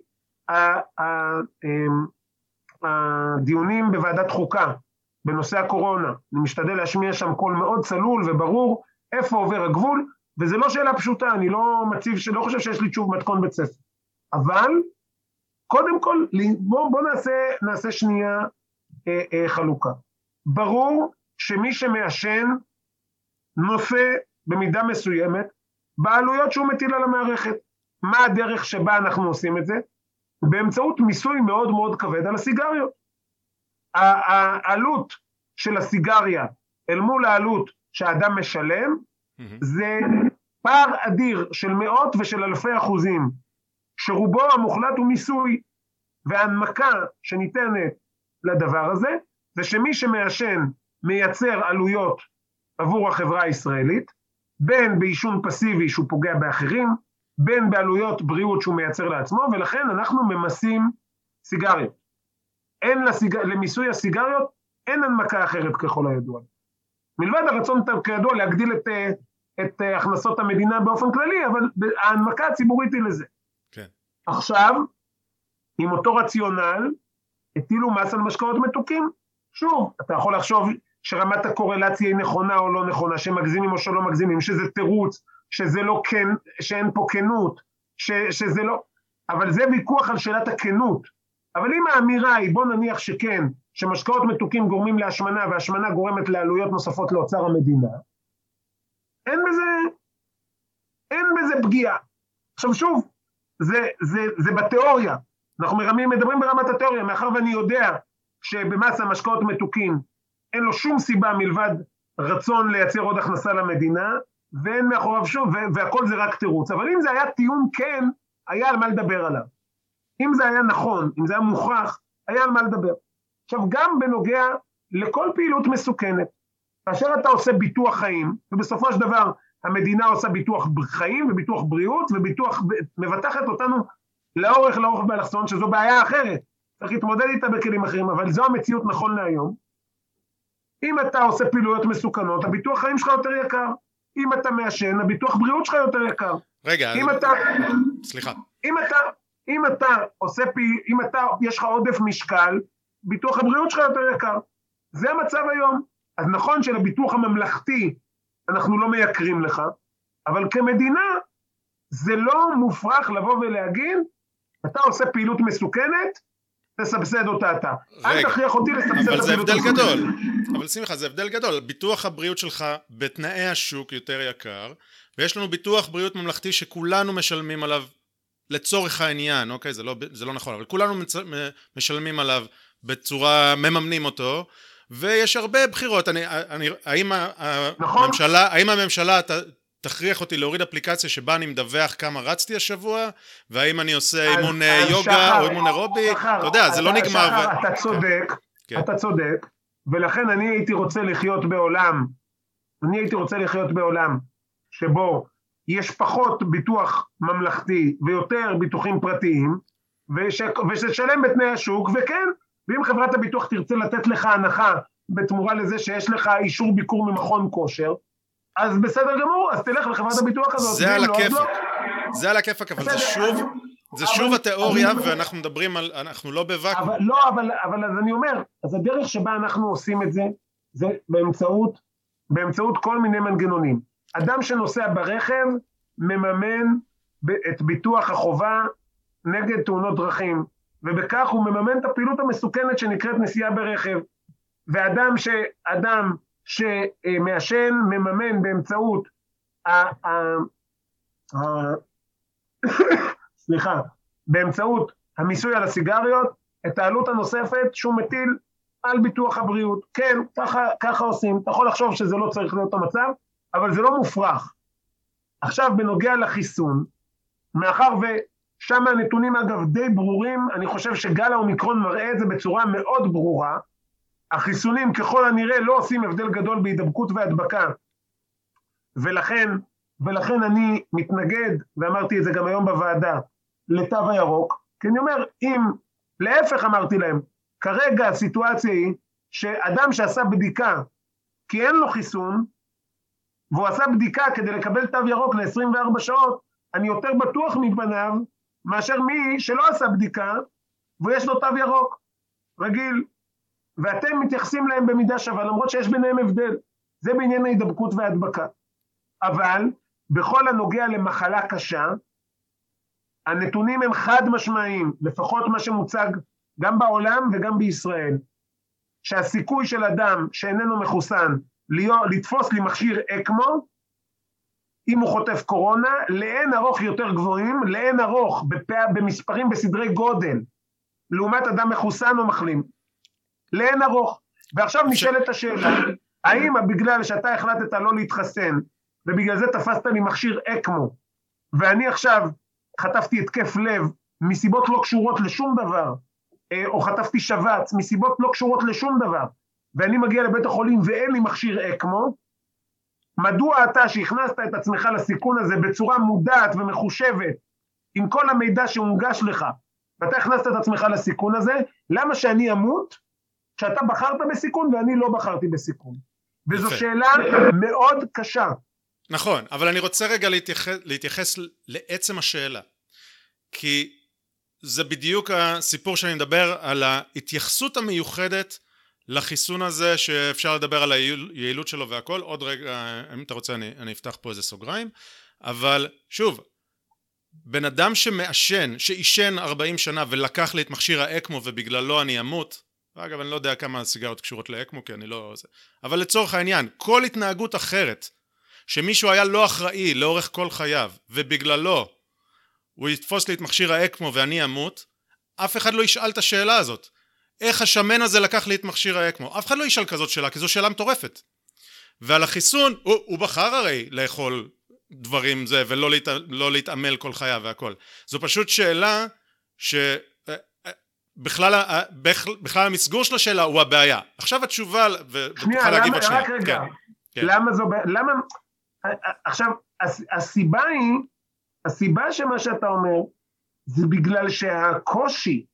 Speaker 3: הדיונים בוועדת חוקה, בנושא הקורונה, אני משתדל להשמיע שם קול מאוד צלול וברור, איפה עובר הגבול, וזה לא שאלה פשוטה, אני לא חושב שיש לי תשוב מתכון בית ספר. אבל, קודם כל, בוא נעשה שנייה חלוקה. ברור שמי שמעשן נושא במידה מסוימת, בעלויות שהוא מטיל על המערכת. מה הדרך שבה אנחנו עושים את זה? באמצעות מיסוי מאוד מאוד כבד על הסיגריות. העלות של הסיגריה אל מול העלות שהאדם משלם, זה פער אדיר של מאות ושל אלפי אחוזים, שרובו המוחלט הוא מיסוי, וההנמקה שניתנת לדבר הזה, זה שמי שמעשן מייצר עלויות עבור החברה הישראלית, בין בעישון פסיבי שהוא פוגע באחרים, בין בעלויות בריאות שהוא מייצר לעצמו, ולכן אנחנו ממסים סיגריות. למיסוי הסיגריות אין הנמקה אחרת ככל הידוע. מלבד הרצון כידוע להגדיל את הכנסות המדינה באופן כללי, אבל ההנמקה הציבורית היא לזה.
Speaker 1: כן.
Speaker 3: עכשיו, עם אותו רציונל, הטילו מס על משקאות מתוקים. שוב, אתה יכול לחשוב שרמת הקורלציה היא נכונה או לא נכונה, שמגזימים או שלא מגזימים, שזה תירוץ, שזה לא כן, שאין פה כנות, שזה לא, אבל זה ויכוח על שאלת הכנות. אבל אם האמירה היא, בוא נניח שכן, שמשקאות מתוקים גורמים להשמנה, והשמנה גורמת לעלויות נוספות לאוצר המדינה, אין בזה פגיעה. עכשיו שוב, זה בתיאוריה, אנחנו מדברים ברמת התיאוריה, מאחר ואני יודע שבמס המשקאות מתוקים, אין לו שום סיבה מלבד רצון לייצר עוד הכנסה למדינה, ואין מאחוריו שום, והכל זה רק תירוץ. אבל אם זה היה טיעון כן, היה על מה לדבר עליו. אם זה היה נכון, אם זה היה מוכרח, היה על מה לדבר. עכשיו, גם בנוגע לכל פעילות מסוכנת, כאשר אתה עושה ביטוח חיים, ובסופו של דבר המדינה עושה ביטוח חיים וביטוח בריאות, וביטוח מבטחת אותנו לאורך באלכסון, שזו בעיה אחרת. צריך להתמודד איתה בכלים אחרים, אבל זו המציאות נכון להיום. אם אתה עושה פעילויות מסוכנות, הביטוח חיים שלך יותר יקר. אם אתה מעשן, הביטוח בריאות שלך יותר יקר.
Speaker 1: רגע, סליחה.
Speaker 3: אם יש לך עודף משקל, ביטוח הבריאות שלך יותר יקר. זה המצב היום. אז נכון שלביטוח הממלכתי אנחנו לא מייקרים לך, אבל כמדינה זה לא מופרך לבוא ולהגיד, אתה עושה פעילות מסוכנת, תסבסד אותה אתה. אל תכריח אותי לסבסד את הפעילות מסוכנת.
Speaker 1: אבל זה הבדל גדול. אבל שמחה, זה הבדל גדול. ביטוח הבריאות שלך בתנאי השוק יותר יקר, ויש לנו ביטוח בריאות ממלכתי שכולנו משלמים עליו לצורך העניין, אוקיי? זה לא נכון, אבל כולנו משלמים עליו בצורה, מממנים אותו, ויש הרבה בחירות. האם הממשלה תכריח אותי להוריד אפליקציה שבה אני מדווח כמה רצתי השבוע, והאם אני עושה אימון יוגה או אימון אירובי, אתה יודע, זה לא נגמר.
Speaker 3: אתה צודק, ולכן אני הייתי רוצה לחיות בעולם שבו יש פחות ביטוח ממלכתי ויותר ביטוחים פרטיים, ושתשלם בתנאי השוק, וכן, ואם חברת הביטוח תרצה לתת לך הנחה בתמורה לזה שיש לך אישור ביקור ממכון כושר, אז בסדר גמור, אז תלך לחברת הביטוח הזאת.
Speaker 1: זה על הכיפק, אבל זה שוב התיאוריה, ואנחנו מדברים על, אנחנו לא בוואקום.
Speaker 3: אבל אז אני אומר, אז הדרך שבה אנחנו עושים את זה, זה באמצעות כל מיני מנגנונים. אדם שנוסע ברכב, מממן את ביטוח החובה נגד תאונות דרכים, ובכך הוא מממן את הפעילות המסוכנת שנקראת נסיעה ברכב. ואדם שמעשן מממן באמצעות באמצעות המיסוי על הסיגריות, את העלות הנוספת שהוא מטיל על ביטוח הבריאות. כן, ככה עושים. אתה יכול לחשוב שזה לא צריך להיות המצב, אבל זה לא מופרך. עכשיו בנוגע לחיסון, מאחר ושם הנתונים אגב די ברורים, אני חושב שגל האומיקרון מראה את זה בצורה מאוד ברורה, החיסונים ככל הנראה לא עושים הבדל גדול בהידבקות והדבקה, ולכן אני מתנגד, ואמרתי את זה גם היום בוועדה, לתו הירוק, כי אני אומר, אם, להפך אמרתי להם, כרגע הסיטואציה היא, שאדם שעשה בדיקה, כי אין לו חיסון, והוא עשה בדיקה כדי לקבל תו ירוק ל-24 שעות, אני יותר בטוח מבניו, מאשר מי שלא עשה בדיקה, ויש לו תו ירוק, רגיל, ואתם מתייחסים להם במידה שווה, למרות שיש ביניהם הבדל, זה בעניין ההידבקות וההדבקה. אבל, בכל הנוגע למחלה קשה, הנתונים הם חד משמעיים, לפחות מה שמוצג גם בעולם וגם בישראל, שהסיכוי של אדם שאיננו מחוסן, לתפוס לי מכשיר אקמו, אם הוא חוטף קורונה, לאין ארוך יותר גבוהים, לאין ארוך במספרים בסדרי גודל, לעומת אדם מחוסן או מחלים. לאין ארוך. ועכשיו נשאלת השאלה, האם בגלל שאתה החלטת לא להתחסן, ובגלל זה תפסת לי מכשיר אקמו, ואני עכשיו חטפתי התקף לב מסיבות לא קשורות לשום דבר, או חטפתי שבץ מסיבות לא קשורות לשום דבר, ואני מגיע לבית החולים ואין לי מכשיר אקמו, מדוע אתה שהכנסת את עצמך לסיכון הזה בצורה מודעת ומחושבת, עם כל המידע שהונגש לך, ואתה הכנסת את עצמך לסיכון הזה, למה שאני אמות, שאתה בחרת בסיכון ואני לא בחרתי בסיכון? וזו שאלה מאוד קשה.
Speaker 1: נכון, אבל אני רוצה רגע להתייחס לעצם השאלה, כי זה בדיוק הסיפור שאני מדבר על ההתייחסות המיוחדת לחיסון הזה, שאפשר לדבר על היעילות שלו והכל. עוד רגע, אם אתה רוצה אני אפתח פה איזה סוגריים, אבל שוב, בן אדם שאישן 40 שנה ולקח לי את מכשיר האקמו ובגללו אני אמות, אגב אני לא יודע כמה סיגריות קשורות לאקמו כי אני לא... אבל לצורך העניין, כל התנהגות אחרת שמישהו היה לא אחראי לאורך כל חייו ובגללו הוא יתפוס לי את מכשיר האקמו ואני אמות, אף אחד לא ישאל את השאלה הזאת. איך השמן הזה לקח לי את מכשיר האקמו? אף אחד לא ישאל כזאת שאלה, כי זו שאלה מטורפת. ועל החיסון, הוא בחר הרי לאכול דברים זה, ולא לא להתעמל כל חייו והכל. זו פשוט שאלה שבכלל המסגור של השאלה הוא הבעיה. עכשיו התשובה, ותוכל להגיב עוד שנייה.
Speaker 3: רק רגע, למה זו בעיה? עכשיו, הסיבה שמה שאתה אומר, זה בגלל שהקושי,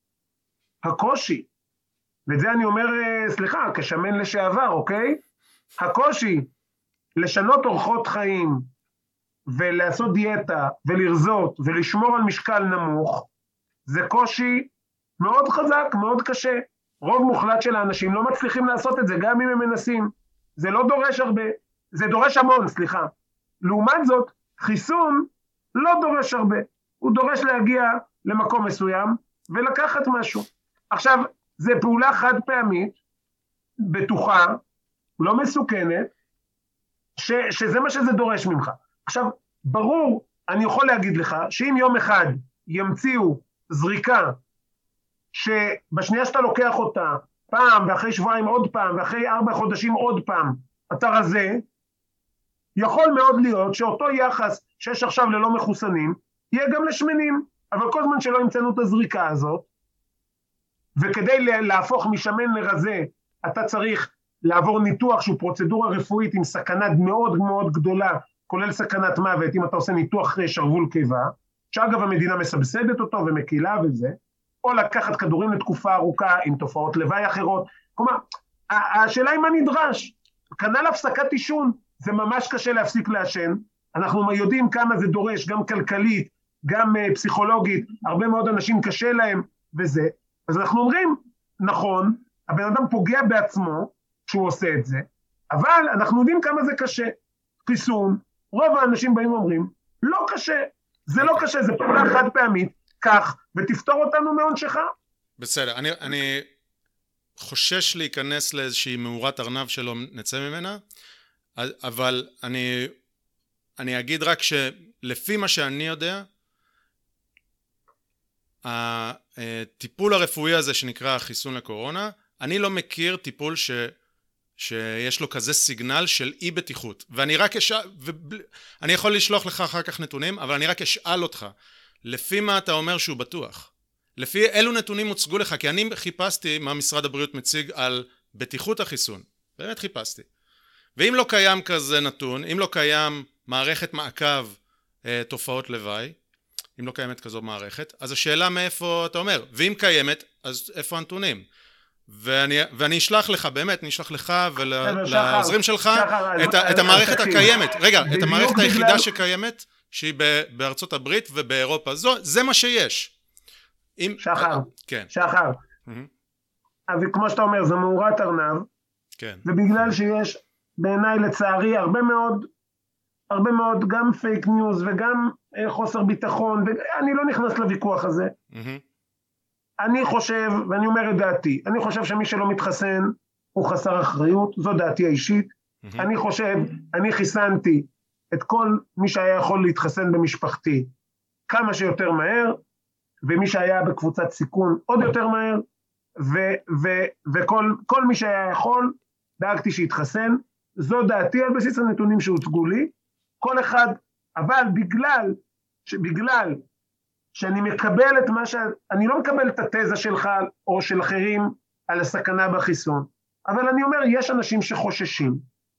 Speaker 3: ואת זה אני אומר, סליחה, כשמן לשעבר, אוקיי? הקושי לשנות אורחות חיים, ולעשות דיאטה, ולרזות, ולשמור על משקל נמוך, זה קושי מאוד חזק, מאוד קשה. רוב מוחלט של האנשים לא מצליחים לעשות את זה, גם אם הם מנסים. זה לא דורש הרבה, זה דורש המון, סליחה. לעומת זאת, חיסון לא דורש הרבה. הוא דורש להגיע למקום מסוים, ולקחת משהו. עכשיו, זה פעולה חד פעמית, בטוחה, לא מסוכנת, שזה מה שזה דורש ממך. עכשיו, ברור, אני יכול להגיד לך, שאם יום אחד ימציאו זריקה, שבשנייה שאתה לוקח אותה, פעם, ואחרי שבועיים עוד פעם, ואחרי 4 חודשים עוד פעם, אתה רזה, יכול מאוד להיות שאותו יחס שיש עכשיו ללא מחוסנים, יהיה גם לשמנים, אבל כל זמן שלא ימצאנו את הזריקה הזאת, וכדי להפוך משמן לרזה, אתה צריך לעבור ניתוח שהוא פרוצדורה רפואית עם סכנה מאוד מאוד גדולה, כולל סכנת מוות, אם אתה עושה ניתוח שרוול קיבה, שאגב המדינה מסבסדת אותו ומקילה וזה, או לקחת כדורים לתקופה ארוכה עם תופעות לוואי אחרות. כלומר, השאלה היא מה נדרש. כנ"ל הפסקת עישון, זה ממש קשה להפסיק לעשן, אנחנו יודעים כמה זה דורש, גם כלכלית, גם פסיכולוגית, הרבה מאוד אנשים קשה להם וזה, אז אנחנו אומרים, נכון, הבן אדם פוגע בעצמו כשהוא עושה את זה, אבל אנחנו יודעים כמה זה קשה. חיסון, רוב האנשים באים ואומרים, לא קשה, זה לא קשה, זה פעולה חד פעמית, כך, ותפתור אותנו מעונשך.
Speaker 1: בסדר, אני חושש להיכנס לאיזושהי מאורת ארנב שלא נצא ממנה, אבל אני אגיד רק שלפי מה שאני יודע, הטיפול הרפואי הזה שנקרא חיסון לקורונה, אני לא מכיר טיפול שיש לו כזה סיגנל של אי בטיחות. ואני רק אני יכול לשלוח לך אחר כך נתונים, אבל אני רק אשאל אותך, לפי מה אתה אומר שהוא בטוח? לפי אילו נתונים הוצגו לך? כי אני חיפשתי מה משרד הבריאות מציג על בטיחות החיסון. באמת חיפשתי. ואם לא קיים כזה נתון, אם לא קיים מערכת מעקב תופעות לוואי, אם לא קיימת כזו מערכת, אז השאלה מאיפה אתה אומר, ואם קיימת, אז איפה הנתונים? ואני אשלח לך, באמת, נשלח לך ולעוזרים שלך את המערכת הקיימת. רגע, את המערכת היחידה שקיימת, שהיא בארצות הברית ובאירופה. זה מה שיש.
Speaker 3: שחר,
Speaker 1: כן.
Speaker 3: שחר. וכמו שאתה אומר, זה מאורת ארנב.
Speaker 1: כן.
Speaker 3: ובגלל שיש בעיניי לצערי הרבה מאוד גם פייק ניוז וגם חוסר ביטחון, ואני לא נכנס לוויכוח הזה. אני חושב, ואני אומר את דעתי, אני חושב שמי שלא מתחסן הוא חסר אחריות, זו דעתי האישית. אני חושב, אני חיסנתי את כל מי שהיה יכול להתחסן במשפחתי כמה שיותר מהר, ומי שהיה בקבוצת סיכון עוד יותר מהר, וכל מי שהיה יכול, דאגתי שיתחסן. זו דעתי על בסיס הנתונים שהוצגו לי. כל אחד, אבל בגלל שאני מקבל את מה אני לא מקבל את התזה שלך או של אחרים על הסכנה בחיסון, אבל אני אומר, יש אנשים שחוששים,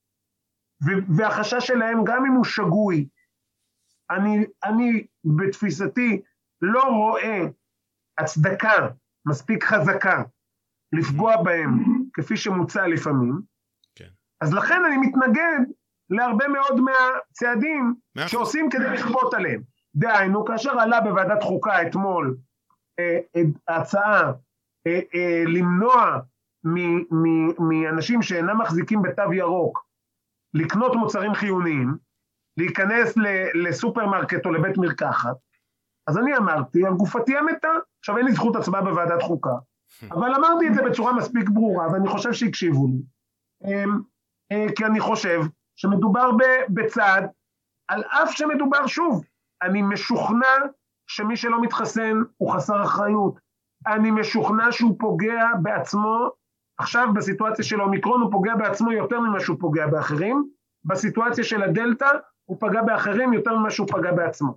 Speaker 3: והחשש שלהם, גם אם הוא שגוי, אני בתפיסתי לא רואה הצדקה מספיק חזקה לפגוע בהם כפי שמוצע לפעמים, כן. אז לכן אני מתנגד להרבה מאוד מהצעדים שעושים כדי לכפות עליהם. דהיינו, כאשר עלה בוועדת חוקה אתמול הצעה למנוע מאנשים שאינם מחזיקים בתו ירוק לקנות מוצרים חיוניים, להיכנס לסופרמרקט או לבית מרקחת, אז אני אמרתי, על גופתי המתה, עכשיו אין לי זכות הצבעה בוועדת חוקה, אבל אמרתי את זה בצורה מספיק ברורה, ואני חושב שהקשיבו לי, כי אני חושב שמדובר בצעד, על אף שמדובר שוב, אני משוכנע שמי שלא מתחסן הוא חסר אחריות, אני משוכנע שהוא פוגע בעצמו, עכשיו בסיטואציה של האומיקרון הוא פוגע בעצמו יותר ממה שהוא פוגע באחרים, בסיטואציה של הדלטה הוא פגע באחרים יותר ממה שהוא פגע בעצמו,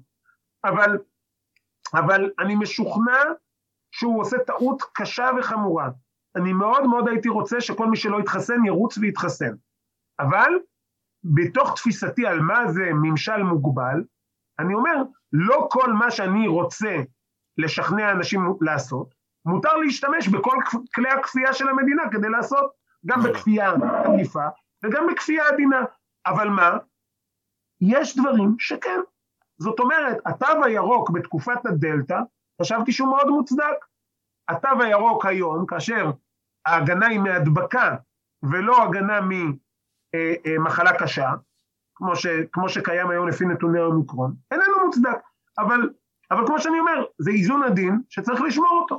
Speaker 3: אבל אני משוכנע שהוא עושה טעות קשה וחמורה. אני מאוד מאוד הייתי רוצה שכל מי שלא יתחסן ירוץ ויתחסן, אבל בתוך תפיסתי על מה זה ממשל מוגבל, אני אומר, לא כל מה שאני רוצה לשכנע אנשים לעשות, מותר להשתמש בכל כלי הכפייה של המדינה כדי לעשות, גם בכפייה עדיפה וגם בכפייה עדינה. אבל מה? יש דברים שכן. זאת אומרת, התו הירוק בתקופת הדלטה, חשבתי שהוא מאוד מוצדק. התו הירוק היום, כאשר ההגנה היא מהדבקה, ולא הגנה ממחלה קשה, כמו שקיים היום לפי נתוני האומיקרון, איננו מוצדק. אבל כמו שאני אומר, זה איזון עדין שצריך לשמור אותו.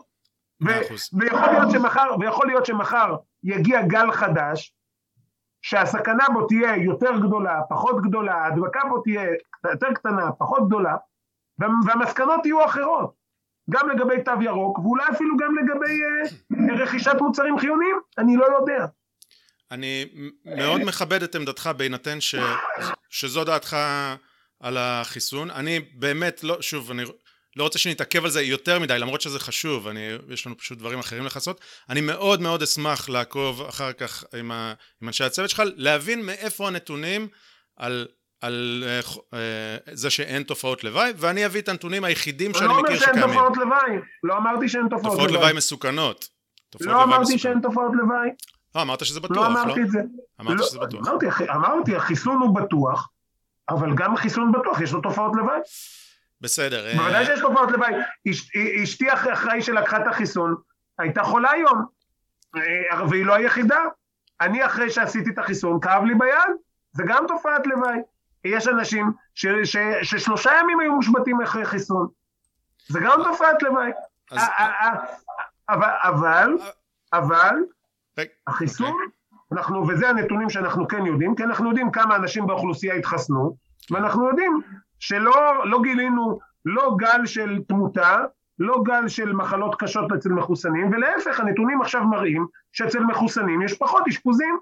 Speaker 3: ויכול להיות שמחר יגיע גל חדש, שהסכנה בו תהיה יותר גדולה, פחות גדולה, ההדבקה בו תהיה יותר קטנה, פחות גדולה, והמסקנות יהיו אחרות, גם לגבי תו ירוק, ואולי אפילו גם לגבי רכישת מוצרים חיוניים, אני לא יודע.
Speaker 1: אני מאוד מכבד את עמדתך בהינתן שזו דעתך על החיסון. אני באמת לא, שוב, אני לא רוצה שנתעכב על זה יותר מדי, למרות שזה חשוב, יש לנו פשוט דברים אחרים לחסות. אני מאוד מאוד אשמח לעקוב אחר כך עם אנשי הצוות שלך, להבין מאיפה הנתונים על זה שאין תופעות לוואי, ואני אביא את הנתונים היחידים שאני מכיר שקיימים.
Speaker 3: לא אמרתי שאין תופעות לוואי.
Speaker 1: תופעות לוואי מסוכנות.
Speaker 3: לא אמרתי שאין תופעות לוואי.
Speaker 1: אמרת שזה בטוח,
Speaker 3: לא? אמרתי את זה.
Speaker 1: אמרת שזה בטוח.
Speaker 3: אמרתי, החיסון הוא בטוח, אבל גם חיסון בטוח, יש לו תופעות לוואי.
Speaker 1: בסדר.
Speaker 3: בוודאי שיש תופעות לוואי. אשתי אחראי שלקחה את החיסון, הייתה חולה היום, והיא לא היחידה. אני אחרי שעשיתי את החיסון, כאב לי ביד, זה גם תופעת לוואי. יש אנשים ש3 ימים היו מושבתים אחרי חיסון. זה גם תופעת לוואי. אבל, החיסון, וזה הנתונים שאנחנו כן יודעים, כי אנחנו יודעים כמה אנשים באוכלוסייה התחסנו, ואנחנו יודעים שלא גילינו לא גל של תמותה, לא גל של מחלות קשות אצל מחוסנים, ולהפך, הנתונים עכשיו מראים שאצל מחוסנים יש פחות אשפוזים.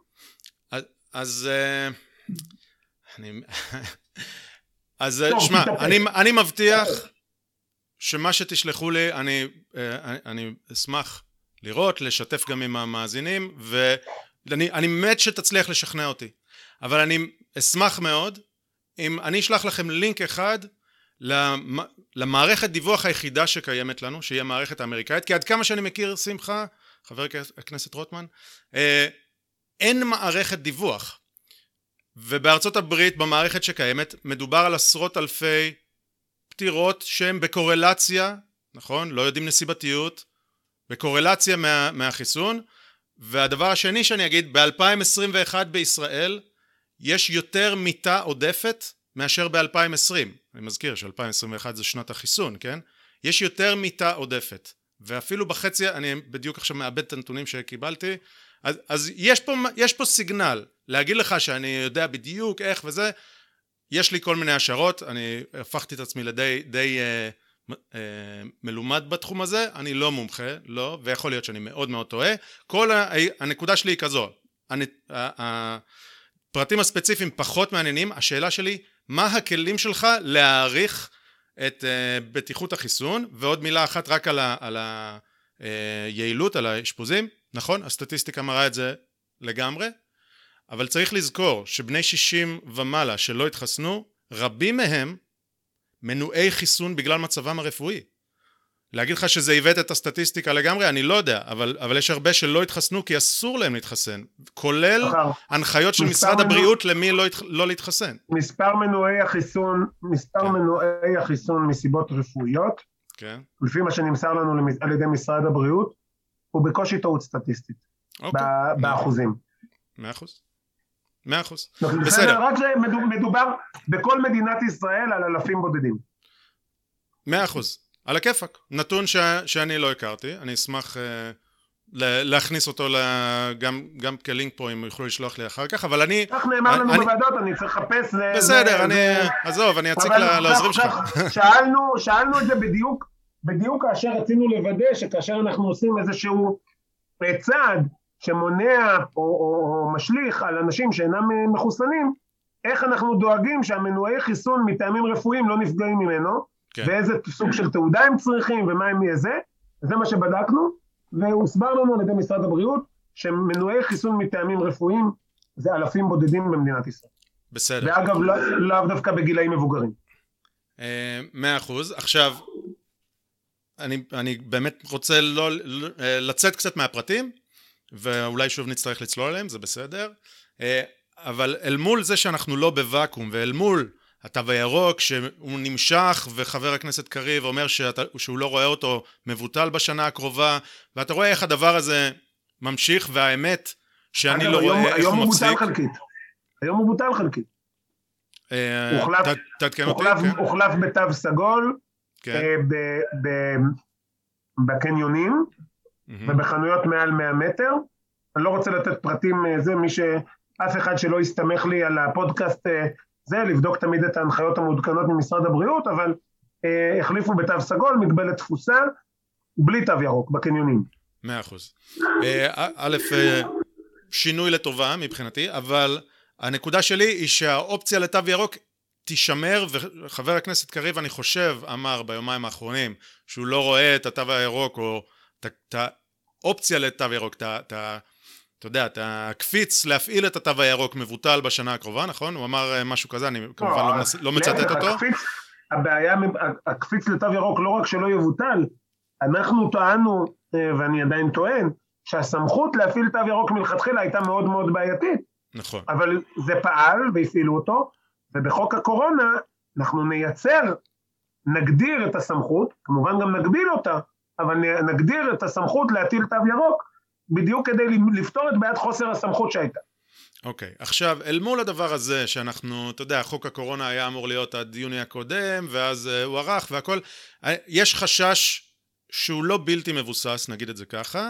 Speaker 1: אז שמע, אני מבטיח שמה שתשלחו לי, אני אשמח לראות, לשתף גם עם המאזינים, אני מת שתצליח לשכנע אותי, אבל אני אשמח מאוד אם אני אשלח לכם לינק אחד למערכת דיווח היחידה שקיימת לנו, שהיא המערכת האמריקאית, כי עד כמה שאני מכיר, שמחה, חבר הכנסת רוטמן, אין מערכת דיווח, ובארצות הברית במערכת שקיימת מדובר על עשרות אלפי פטירות שהן בקורלציה, נכון? לא יודעים נסיבתיות, בקורלציה מהחיסון. והדבר השני שאני אגיד, ב-2021 בישראל יש יותר מיטה עודפת מאשר ב-2020. אני מזכיר ש-2021 זה שנת החיסון, כן? יש יותר מיטה עודפת, ואפילו בחצי, אני בדיוק עכשיו מאבד את הנתונים שקיבלתי, אז יש פה סיגנל להגיד לך שאני יודע בדיוק איך וזה. יש לי כל מיני השערות, אני הפכתי את עצמי די מלומד בתחום הזה, אני לא מומחה, לא, ויכול להיות שאני מאוד מאוד טועה. כל הנקודה שלי היא כזו, הפרטים הספציפיים פחות מעניינים, השאלה שלי, מה הכלים שלך להעריך את בטיחות החיסון? ועוד מילה אחת רק על היעילות, על האשפוזים, נכון? הסטטיסטיקה מראה את זה לגמרי, אבל צריך לזכור שבני 60 ומעלה שלא התחסנו, רבים מהם מנועי חיסון בגלל מצבם הרפואי. להגיד לך שזה היווט את הסטטיסטיקה לגמרי, אני לא יודע, אבל יש הרבה שלא התחסנו כי אסור להם להתחסן, כולל הנחיות של משרד הבריאות למי לא להתחסן.
Speaker 3: מספר מנועי החיסון מסיבות רפואיות, לפי מה שנמסר לנו על ידי משרד הבריאות, הוא בקושי טעות סטטיסטית, באחוזים.
Speaker 1: 100%. בסדר.
Speaker 3: רק מדובר בכל מדינת ישראל על אלפים בודדים.
Speaker 1: 100%. על הכיפק. נתון שאני לא הכרתי, אני אשמח להכניס אותו גם כלינק פה, אם יוכלו לשלוח לי אחר כך, אבל אני...
Speaker 3: כך נאמר לנו בוועדות, אני צריך לחפש...
Speaker 1: בסדר, עזוב, אני אציג לעוזרים שלך.
Speaker 3: שאלנו את זה בדיוק כאשר רצינו לוודא, שכאשר אנחנו עושים איזשהו צעד, שמונע או משליך על אנשים שאינם מחוסנים, איך אנחנו דואגים שהמנועי חיסון מטעמים רפואיים לא נפגעים ממנו, ואיזה סוג של תעודה הם צריכים ומה הם יהיה זה מה שבדקנו, והוסבר לנו על ידי משרד הבריאות, שמנועי חיסון מטעמים רפואיים זה אלפים בודדים במדינת ישראל.
Speaker 1: בסדר.
Speaker 3: ואגב, לאו דווקא בגילאים מבוגרים.
Speaker 1: 100%. עכשיו, אני באמת רוצה לצאת קצת מהפרטים, ואולי שוב נצטרך לצלול עליהם, זה בסדר, אבל אל מול זה שאנחנו לא בוואקום, ואל מול התו הירוק שהוא נמשך, וחבר הכנסת קריב אומר שהוא לא רואה אותו מבוטל בשנה הקרובה, ואתה רואה איך הדבר הזה ממשיך, והאמת שאני לא רואה איך הוא מפסיק.
Speaker 3: היום הוא בוטל חלקית. הוחלף בתו סגול, בקניונים, ובחנויות מעל 100 מטר. אני לא רוצה לתת פרטים, אף אחד שלא יסתמך לי על הפודקאסט, לבדוק תמיד את ההנחיות המעודכנות ממשרד הבריאות, אבל החליפו בתו סגול, מגבלת תפוסה, בלי תו ירוק, בקניונים.
Speaker 1: 100%. א', שינוי לטובה מבחינתי, אבל הנקודה שלי היא שהאופציה לתו ירוק תישמר, וחבר הכנסת קריב, אני חושב, אמר ביומיים האחרונים, שהוא לא רואה את התו הירוק, או את האופציה לתו ירוק, אתה יודע, אתה קפיץ להפעיל את התו הירוק מבוטל בשנה הקרובה, נכון? הוא אמר משהו כזה, אני כמובן לא מצטט אותו.
Speaker 3: הבעיה, הקפיץ לתו ירוק לא רק שלא יבוטל, אנחנו טוענו, ואני עדיין טוען, שהסמכות להפעיל תו ירוק מלכתחילה הייתה מאוד מאוד בעייתית.
Speaker 1: נכון.
Speaker 3: אבל זה פעל והפעילו אותו, ובחוק הקורונה אנחנו נגדיר את הסמכות, כמובן גם נגביל אותה, אבל נגדיר את הסמכות להטיל תו ירוק, בדיוק כדי לפתור את בעיית חוסר הסמכות שהייתה.
Speaker 1: אוקיי, עכשיו, אל מול הדבר הזה שאנחנו, אתה יודע, חוק הקורונה היה אמור להיות עד יוני הקודם, ואז הוא ערך והכל, יש חשש שהוא לא בלתי מבוסס, נגיד את זה ככה,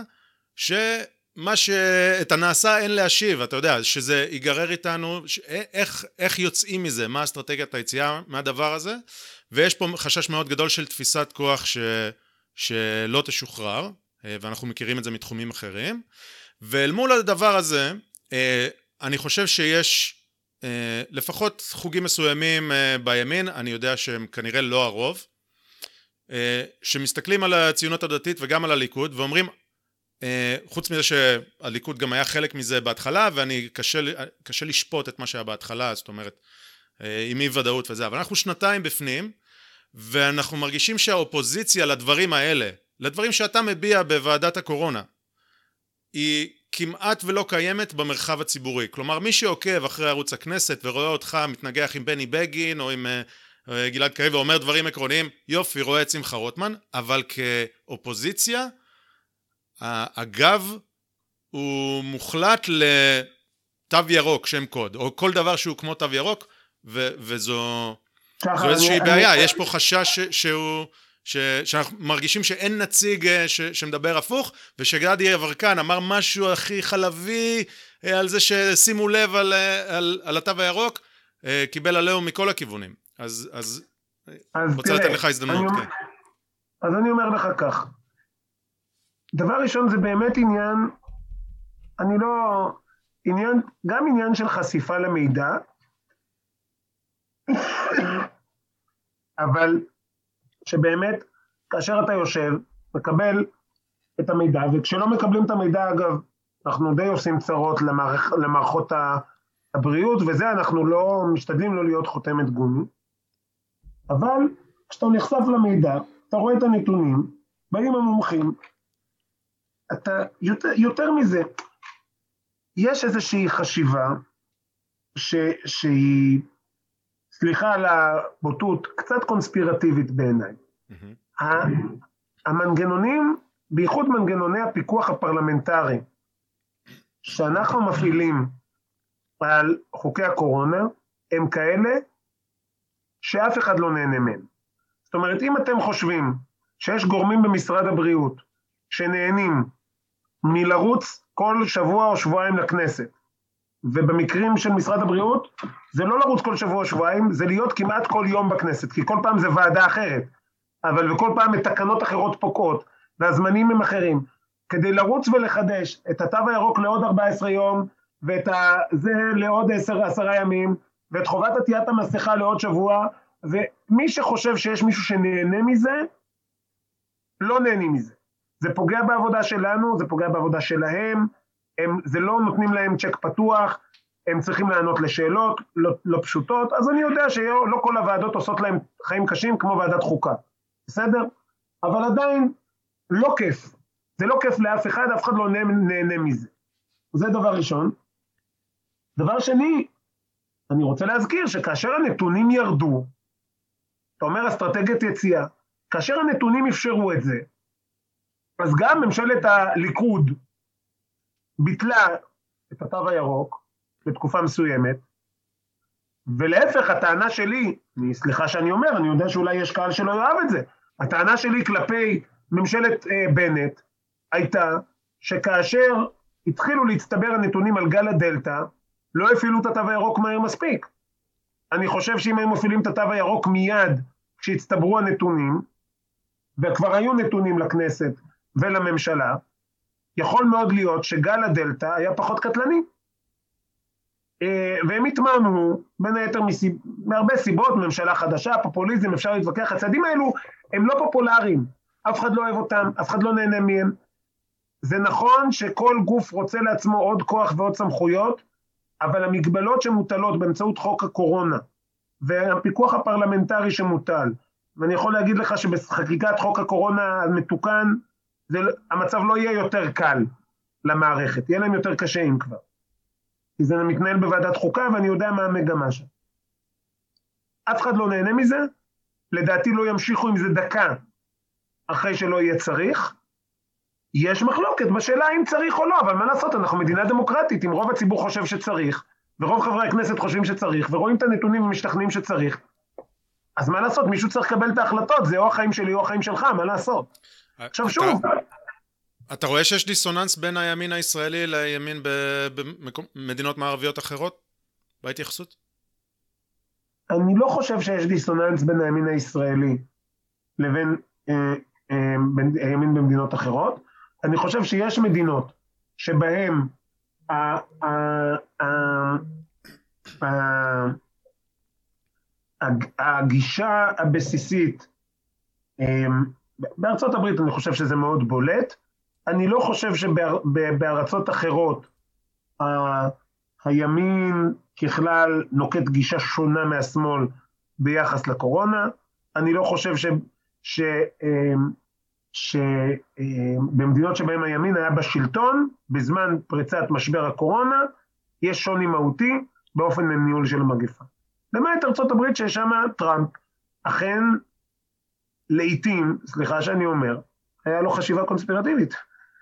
Speaker 1: את הנעשה אין להשיב, אתה יודע, שזה ייגרר איתנו, איך יוצאים מזה, מה אסטרטגיית היציאה מהדבר הזה, ויש פה חשש מאוד גדול של תפיסת כוח שלא תשוחרר, ואנחנו מכירים את זה מתחומים אחרים, ואל מול הדבר הזה, אני חושב שיש לפחות חוגים מסוימים בימין, אני יודע שהם כנראה לא הרוב, שמסתכלים על הציונות הדתית וגם על הליכוד, ואומרים, חוץ מזה שהליכוד גם היה חלק מזה בהתחלה, ואני קשה לשפוט את מה שהיה בהתחלה, זאת אומרת, עם אי ודאות וזה, אבל אנחנו שנתיים בפנים, ואנחנו מרגישים שהאופוזיציה לדברים האלה, לדברים שאתה מביע בוועדת הקורונה, היא כמעט ולא קיימת במרחב הציבורי. כלומר, מי שעוקב אחרי ערוץ הכנסת ורואה אותך מתנגח עם בני בגין או עם גלעד קריב ואומר דברים עקרוניים, יופי, רואה את שמחה רוטמן, אבל כאופוזיציה, הגב הוא מוחלט לתו ירוק, שם קוד, או כל דבר שהוא כמו תו ירוק, וזו איזושהי בעיה. יש פה חשש שאנחנו מרגישים שאין נציג שמדבר הפוך, ושגדי יברקן אמר משהו הכי חלבי על זה ששימו לב על התו הירוק, קיבל עליהו מכל הכיוונים. אז רוצה לתת לך הזדמנות.
Speaker 3: אז אני אומר לך כך, דבר ראשון זה באמת עניין, גם עניין של חשיפה למידע, אבל שבאמת כאשר אתה יושב מקבל את המידע, וכשלא מקבלים את המידע, אגב, אנחנו די עושים צרות למערכות הבריאות, וזה אנחנו לא משתדלים לא להיות חותמת גומי, אבל כשאתה נחשף למידע, אתה רואה את הנתונים, באים המומחים, אתה יותר מזה, יש איזושהי חשיבה שהיא, סליחה על הבוטות, קצת קונספירטיבית בעיניי. המנגנונים, בייחוד מנגנוני הפיקוח הפרלמנטרי, שאנחנו מפעילים על חוקי הקורונה, הם כאלה שאף אחד לא נהנה מהם. זאת אומרת, אם אתם חושבים שיש גורמים במשרד הבריאות שנהנים מלרוץ כל שבוע או שבועיים לכנסת, ובמקרים של משרד הבריאות, זה לא לרוץ כל שבוע או שבועיים, זה להיות כמעט כל יום בכנסת, כי כל פעם זה ועדה אחרת, אבל וכל פעם את תקנות אחרות פוקעות, והזמנים הם אחרים, כדי לרוץ ולחדש את התו הירוק לעוד 14 יום, ואת זה לעוד 10 ימים, ואת חובת עטיית המסכה לעוד שבוע, ומי שחושב שיש מישהו שנהנה מזה, לא נהנים מזה. זה פוגע בעבודה שלנו, זה פוגע בעבודה שלהם, זה לא נותנים להם צ'ק פתוח, הם צריכים לענות לשאלות לא פשוטות, אז אני יודע שלא כל הוועדות עושות להם חיים קשים כמו ועדת חוקה, בסדר? אבל עדיין לא כיף, זה לא כיף לאף אחד, אף אחד לא נהנה מזה. זה דבר ראשון. דבר שני, אני רוצה להזכיר שכאשר הנתונים ירדו, אתה אומר אסטרטגיית יציאה, כאשר הנתונים אפשרו את זה, אז גם ממשלת הליכוד ביטלה את התו הירוק בתקופה מסוימת, ולהפך הטענה שלי, סליחה שאני אומר, אני יודע שאולי יש קהל שלא יאהב את זה, הטענה שלי כלפי ממשלת בנט הייתה שכאשר התחילו להצטבר הנתונים על גל הדלטה, לא הפעילו את התו הירוק מהר מספיק. אני חושב שאם הם מפעילים את התו הירוק מיד כשהצטברו הנתונים, וכבר היו נתונים לכנסת ולממשלה, יכול מאוד להיות שגל הדלטה היה פחות קטלני. והם התמהמו, בין היתר מהרבה סיבות, ממשלה חדשה, פופוליזם, אפשר להתווכח, הצעדים האלו הם לא פופולריים, אף אחד לא אוהב אותם, אף אחד לא נהנה מהם. זה נכון שכל גוף רוצה לעצמו עוד כוח ועוד סמכויות, אבל המגבלות שמוטלות באמצעות חוק הקורונה, והפיקוח הפרלמנטרי שמוטל, ואני יכול להגיד לך שבחקיקת חוק הקורונה המתוקן, המצב לא יהיה יותר קל למערכת, יהיה להם יותר קשה אם כבר. כי זה מתנהל בוועדת חוקה, ואני יודע מה המגמה שם. אף אחד לא נהנה מזה, לדעתי לא ימשיכו עם זה דקה, אחרי שלא יהיה צריך. יש מחלוקת בשאלה אם צריך או לא, אבל מה לעשות, אנחנו מדינה דמוקרטית, אם רוב הציבור חושב שצריך, ורוב חברי הכנסת חושבים שצריך, ורואים את הנתונים ומשתכנעים שצריך, אז מה לעשות, מישהו צריך לקבל את ההחלטות, זה או החיים שלי או החיים שלך, מה לעשות? עכשיו שוב.
Speaker 1: אתה רואה שיש דיסוננס בין הימין הישראלי לימין במדינות מערביות אחרות בהתייחסות?
Speaker 3: אני לא חושב שיש דיסוננס בין הימין הישראלי לבין הימין במדינות אחרות. אני חושב שיש מדינות שבהן הגישה הבסיסית, בארצות הברית אני חושב שזה מאוד בולט, אני לא חושב שבארצות אחרות הימין ככלל נוקט גישה שונה מהשמאל ביחס לקורונה. אני לא חושב שבמדינות שבהם הימין היה בשלטון, בזמן פריצת משבר הקורונה, יש שוני מהותי באופן הניהול של המגפה. למעט ארצות הברית ששם טראמפ, אכן לעתים, סליחה שאני אומר, היה לו חשיבה קונספירטיבית.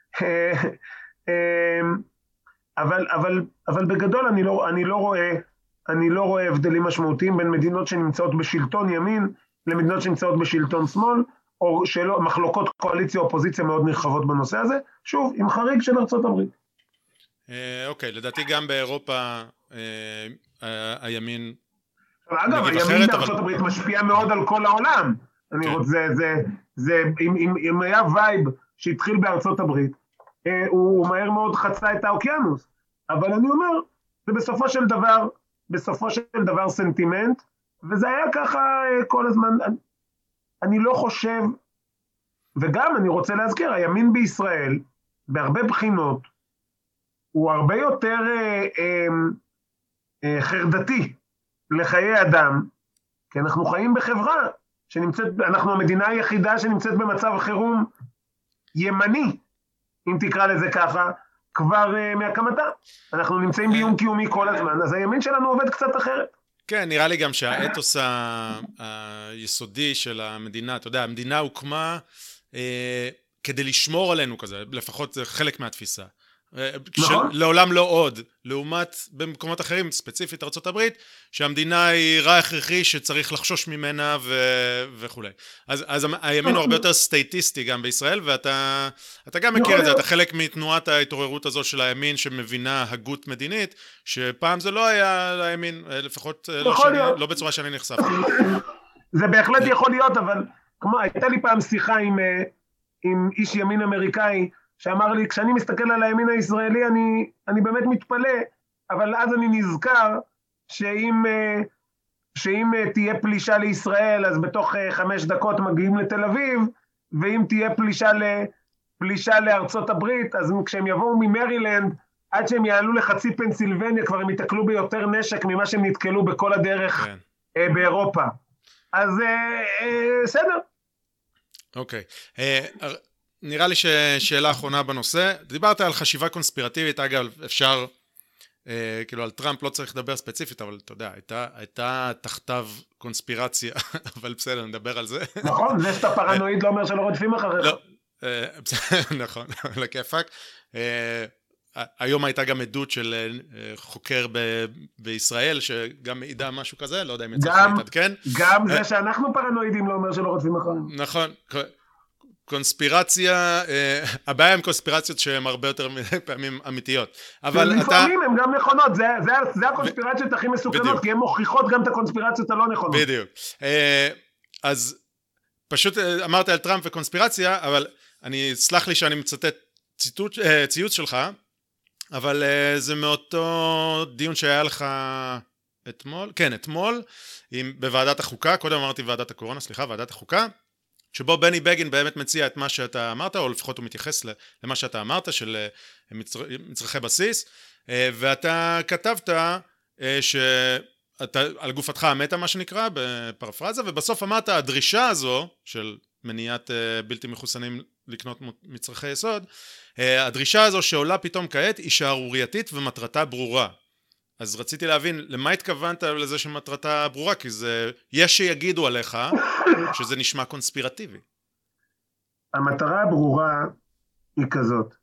Speaker 3: אבל בגדול אני לא רואה הבדלים משמעותיים בין מדינות שנמצאות בשלטון ימין למדינות שנמצאות בשלטון שמאל, או מחלוקות קואליציה-אופוזיציה מאוד נרחבות בנושא הזה, שוב, עם חריג של ארצות הברית.
Speaker 1: אוקיי, לדעתי גם באירופה הימין...
Speaker 3: אגב, הימין בארצות הברית משפיע מאוד על כל העולם. אני רוצה, אם היה וייב שהתחיל בארצות הברית, הוא מהר מאוד חצה את האוקיינוס. אבל אני אומר, זה בסופו של דבר סנטימנט, וזה היה ככה כל הזמן. אני לא חושב, וגם אני רוצה להזכיר, הימין בישראל, בהרבה בחינות, הוא הרבה יותר חרדתי לחיי אדם, כי אנחנו חיים בחברה אנחנו המדינה היחידה שנמצאת במצב חירום ימני, אם תקרא לזה ככה, כבר מהקמתה. אנחנו נמצאים באיום קיומי כל הזמן, אז הימין שלנו עובד קצת אחרת.
Speaker 1: כן, נראה לי גם שהאתוס היסודי של המדינה, אתה יודע, המדינה הוקמה כדי לשמור עלינו כזה, לפחות זה חלק מהתפיסה. לעולם לא עוד, לעומת במקומות אחרים, ספציפית ארצות הברית, שהמדינה היא רע הכרחי שצריך לחשוש ממנה וכו'. אז הימין הוא הרבה יותר סטייטיסטי גם בישראל, ואתה גם מכיר את זה, אתה חלק מתנועת ההתעוררות הזו של הימין שמבינה הגות מדינית, שפעם זה לא היה לימין, לפחות לא בצורה שאני נחשף.
Speaker 3: זה בהחלט יכול להיות, אבל כמו הייתה לי פעם שיחה עם איש ימין אמריקאי, שאמר לי, כשאני מסתכל על הימין הישראלי, אני באמת מתפלא, אבל אז אני נזכר שאם תהיה פלישה לישראל, אז בתוך 5 דקות מגיעים לתל אביב, ואם תהיה פלישה לארצות הברית, אז כשהם יבואו ממרילנד, עד שהם יעלו לחצי פנסילבניה, כבר הם יתקלו ביותר נשק ממה שהם נתקלו בכל הדרך באירופה. אז בסדר.
Speaker 1: אוקיי. נראה לי ששאלה אחרונה בנושא, דיברת על חשיבה קונספירטיבית, אגב אפשר, כאילו על טראמפ לא צריך לדבר ספציפית, אבל אתה יודע, הייתה תחתיו קונספירציה, אבל בסדר, נדבר על זה.
Speaker 3: נכון, זה שאתה פרנואיד לא אומר שלא רודפים אחריך.
Speaker 1: לא, נכון, לכיפק. היום הייתה גם עדות של חוקר בישראל, שגם מעידה משהו כזה, לא יודע אם יצא להתעדכן.
Speaker 3: גם זה שאנחנו פרנואידים לא אומר שלא רודפים אחרינו.
Speaker 1: נכון, קונספירציה, הבעיה עם קונספירציות שהן הרבה יותר פעמים אמיתיות. אבל
Speaker 3: לפעמים הן גם נכונות, זה הקונספירציות הכי מסוכנות, כי הן מוכיחות גם את הקונספירציות הלא נכונות.
Speaker 1: בדיוק. אז פשוט אמרת על טראמפ וקונספירציה, אבל סלח לי שאני מצטט ציוץ שלך, אבל זה מאותו דיון שהיה לך אתמול, כן, אתמול, בוועדת החוקה, קודם אמרתי ועדת הקורונה, סליחה, ועדת החוקה, שבו בני בגין באמת מציע את מה שאתה אמרת, או לפחות הוא מתייחס למה שאתה אמרת, של מצרכי בסיס, ואתה כתבת שאתה על גופתך המתה, מה שנקרא, בפרפרזה, ובסוף אמרת, הדרישה הזו, של מניעת בלתי מחוסנים לקנות מצרכי יסוד, הדרישה הזו שעולה פתאום כעת, היא שערורייתית ומטרתה ברורה. אז רציתי להבין, למה התכוונת לזה שמטרתה ברורה? כי זה, יש שיגידו עליך שזה נשמע קונספירטיבי.
Speaker 3: המטרה הברורה היא כזאת.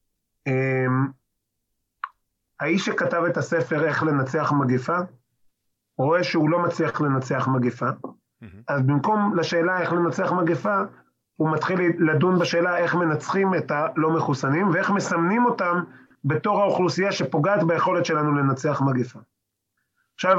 Speaker 3: האיש שכתב את הספר איך לנצח מגפה, רואה שהוא לא מצליח לנצח מגפה, אז במקום לשאלה איך לנצח מגפה, הוא מתחיל לדון בשאלה איך מנצחים את הלא מחוסנים, ואיך מסמנים אותם בתור האוכלוסייה שפוגעת ביכולת שלנו לנצח מגפה. עכשיו,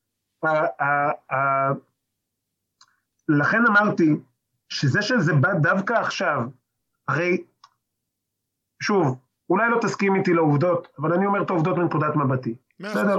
Speaker 3: לכן אמרתי שזה בא דווקא עכשיו, הרי, שוב, אולי לא תסכים איתי לעובדות, אבל אני אומר את העובדות מנקודת מבטי. בסדר?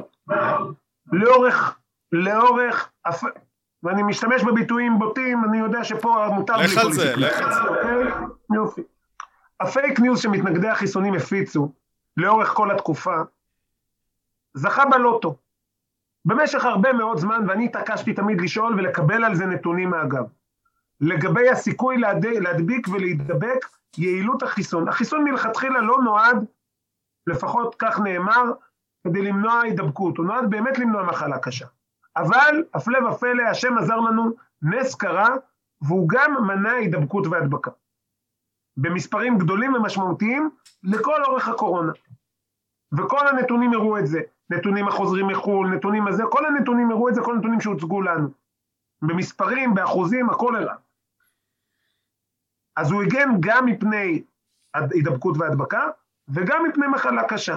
Speaker 3: לאורך, ואני משתמש בביטויים בוטים, אני יודע שפה מותר...
Speaker 1: לך על זה.
Speaker 3: יופי. הפייק ניוז שמתנגדי החיסונים הפיצו לאורך כל התקופה, זכה בלוטו. במשך הרבה מאוד זמן, ואני התעקשתי תמיד לשאול ולקבל על זה נתונים מאגב. לגבי הסיכוי להדביק ולהידבק, יעילות החיסון. החיסון מלכתחילה לא נועד, לפחות כך נאמר, כדי למנוע הידבקות. הוא נועד באמת למנוע מחלה קשה. אבל, הפלא ופלא, השם עזר לנו, נס קרה, והוא גם מנע הידבקות והדבקה. במספרים גדולים ומשמעותיים, לכל אורך הקורונה. וכל הנתונים הראו את זה. נתונים החוזרים מחול, נתונים הזה, כל הנתונים הראו את זה, כל הנתונים שהוצגו לנו. במספרים, באחוזים, הכל הראה. אז הוא הגן גם מפני הידבקות והדבקה, וגם מפני מחלה קשה.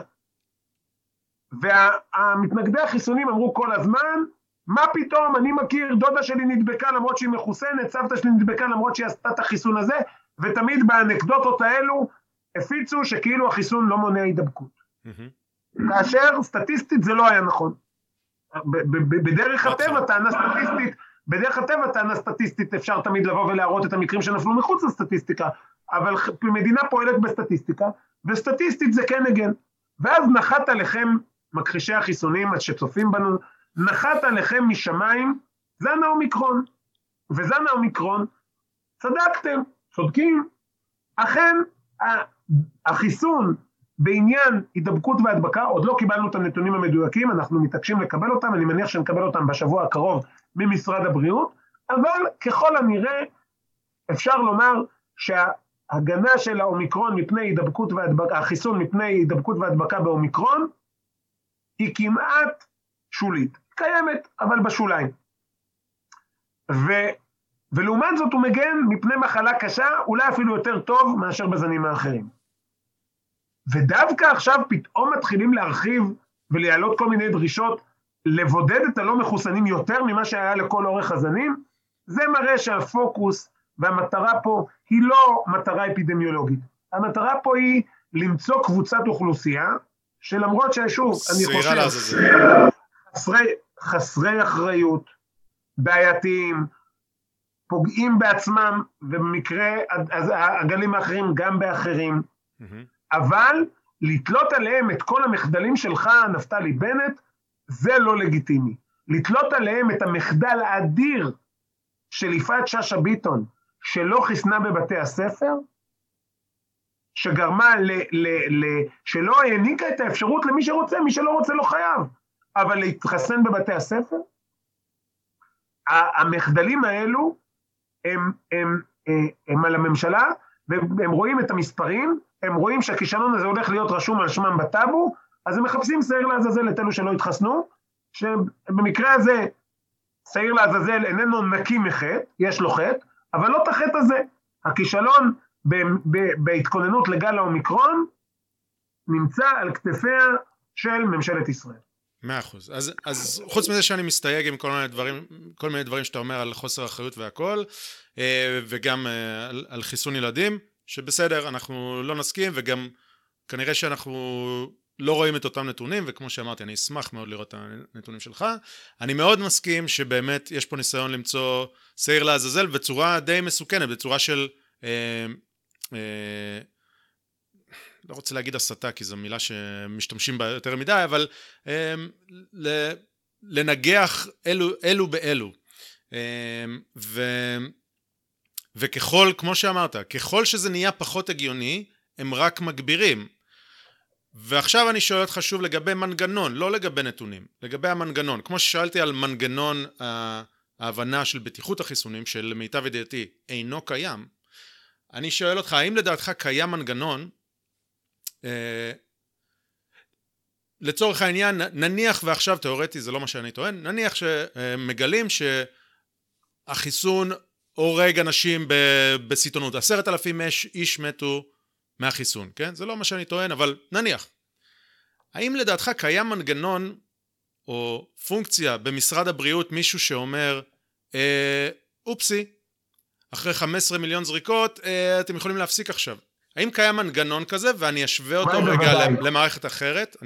Speaker 3: והמתנגדי החיסונים אמרו כל הזמן, מה פתאום, אני מכיר, דודה שלי נדבקה למרות שהיא מחוסנת, סבתא שלי נדבקה למרות שהיא עשתה את החיסון הזה, ותמיד באנקדוטות האלו הפיצו שכאילו החיסון לא מונע הידבקות. כאשר סטטיסטית זה לא היה נכון. בדרך הטבע טענה סטטיסטית אפשר תמיד לבוא ולהראות את המקרים שנפלו מחוץ לסטטיסטיקה, אבל מדינה פועלת בסטטיסטיקה, וסטטיסטית זה כן הגן. ואז נחת עליכם, מכחישי החיסונים, שצופים בנו, נחת עליכם משמיים, זן האומיקרון. וזן האומיקרון, צדקתם, צודקים. אכן, החיסון בעניין הידבקות והדבקה, עוד לא קיבלנו את הנתונים המדויקים, אנחנו מתעקשים לקבל אותם, אני מניח שנקבל אותם בשבוע הקרוב ממשרד הבריאות, אבל ככל הנראה אפשר לומר שההגנה של האומיקרון מפני הידבקות והדבקה, החיסון מפני הידבקות והדבקה באומיקרון, היא כמעט שולית, קיימת, אבל בשוליים. ולעומת זאת הוא מגן מפני מחלה קשה, אולי אפילו יותר טוב מאשר בזנים האחרים. ודווקא עכשיו פתאום מתחילים להרחיב ולהעלות כל מיני דרישות, לבודד את הלא מחוסנים יותר ממה שהיה לכל אורך הזנים, זה מראה שהפוקוס והמטרה פה היא לא מטרה אפידמיולוגית. המטרה פה היא למצוא קבוצת אוכלוסייה, שלמרות ששוב, אני חושב, חסרי אחריות, בעייתיים, פוגעים בעצמם, ובמקרה הגלים האחרים גם באחרים, אבל לתלות עליהם את כל המחדלים שלך, נפתלי בנט, זה לא לגיטימי. לתלות עליהם את המחדל האדיר של יפעת שאשא ביטון, שלא חיסנה בבתי הספר, שגרמה שלא העניקה את האפשרות למי שרוצה, מי שלא רוצה לא חייב, אבל להתחסן בבתי הספר. המחדלים האלו הם על הממשלה, והם רואים את המספרים, הם רואים שהכישלון הזה הולך להיות רשום על שמם בטאבו, אז הם מחפשים שעיר לעזאזל את אלו שלא התחסנו, שבמקרה הזה שעיר לעזאזל איננו נקי מחטא, יש לו חטא, אבל לא את החטא הזה. הכישלון בהתכוננות לגל האומיקרון נמצא על כתפיה של ממשלת ישראל.
Speaker 1: 100%. אז חוץ מזה שאני מסתייג עם כל מיני דברים שאתה אומר על חוסר אחריות והכל, וגם על חיסון ילדים, שבסדר, אנחנו לא נסכים, וגם כנראה שאנחנו לא רואים את אותם נתונים, וכמו שאמרתי, אני אשמח מאוד לראות את הנתונים שלך. אני מאוד מסכים שבאמת יש פה ניסיון למצוא שעיר לעזאזל, בצורה די מסוכנת, בצורה של, לא רוצה להגיד הסתה, כי זו מילה שמשתמשים בה יותר מדי, אבל לנגח אלו באלו. וככל, כמו שאמרת, ככל שזה נהיה פחות הגיוני, הם רק מגבירים. ועכשיו אני שואל אותך שוב לגבי מנגנון, לא לגבי נתונים, לגבי המנגנון. כמו ששאלתי על מנגנון ההבנה של בטיחות החיסונים, של מיטב ידיעתי אינו קיים, אני שואל אותך, האם לדעתך קיים מנגנון, לצורך העניין, נניח ועכשיו תיאורטי, זה לא מה שאני טוען, נניח שמגלים שהחיסון הורג אנשים בסיטונות, 10,000 איש מתו מהחיסון, כן? זה לא מה שאני טוען, אבל נניח. האם לדעתך קיים מנגנון או פונקציה במשרד הבריאות, מישהו שאומר, אופסי, אחרי 15 מיליון זריקות, אתם יכולים להפסיק עכשיו. האם קיים מנגנון כזה, ואני אשווה אותו רגע למערכת אחרת,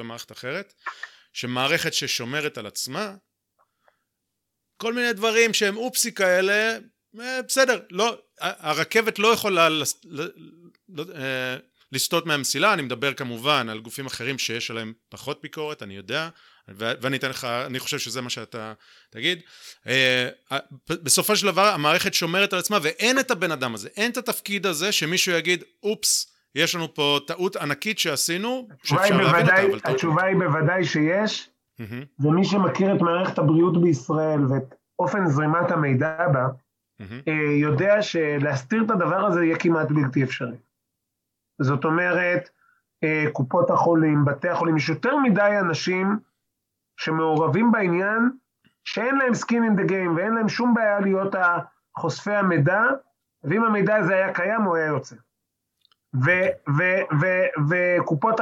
Speaker 1: שמערכת ששומרת על עצמה, כל מיני דברים שהם אופסי כאלה, בסדר, לא, הרכבת לא יכולה לסטות מהמסילה. אני מדבר כמובן על גופים אחרים שיש עליהם פחות ביקורת, אני יודע, ואני אתן לך, אני חושב שזה מה שאתה תגיד. בסופו של דבר המערכת שומרת על עצמה, ואין את הבן אדם הזה, אין את התפקיד הזה שמישהו יגיד, אופס, יש לנו פה טעות ענקית שעשינו, שאפשר להבין אותה.
Speaker 3: התשובה היא בוודאי שיש, ומי שמכיר את מערכת הבריאות בישראל ואת אופן זרימת המידע בה, יודע שלהסתיר את הדבר הזה יהיה כמעט בלתי אפשרי. זאת אומרת, קופות החולים, בתי החולים, יש יותר מדי אנשים שמעורבים בעניין, שאין להם skin in the game, ואין להם שום בעיה להיות חושפי המידע, ואם המידע הזה היה קיים, הוא היה יוצא. וקופות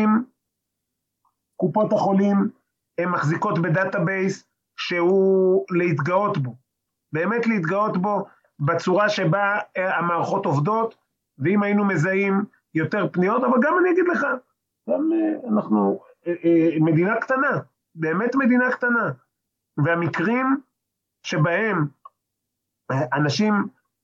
Speaker 3: החולים, הן מחזיקות בדאטאבייס, שהוא להתגאות בו. באמת להתגאות בו, בצורה שבה המערכות עובדות, ואם היינו מזהים יותר פניות, אבל גם אני אגיד לך, גם אנחנו מדינה קטנה, באמת מדינה קטנה, והמקרים שבהם אנשים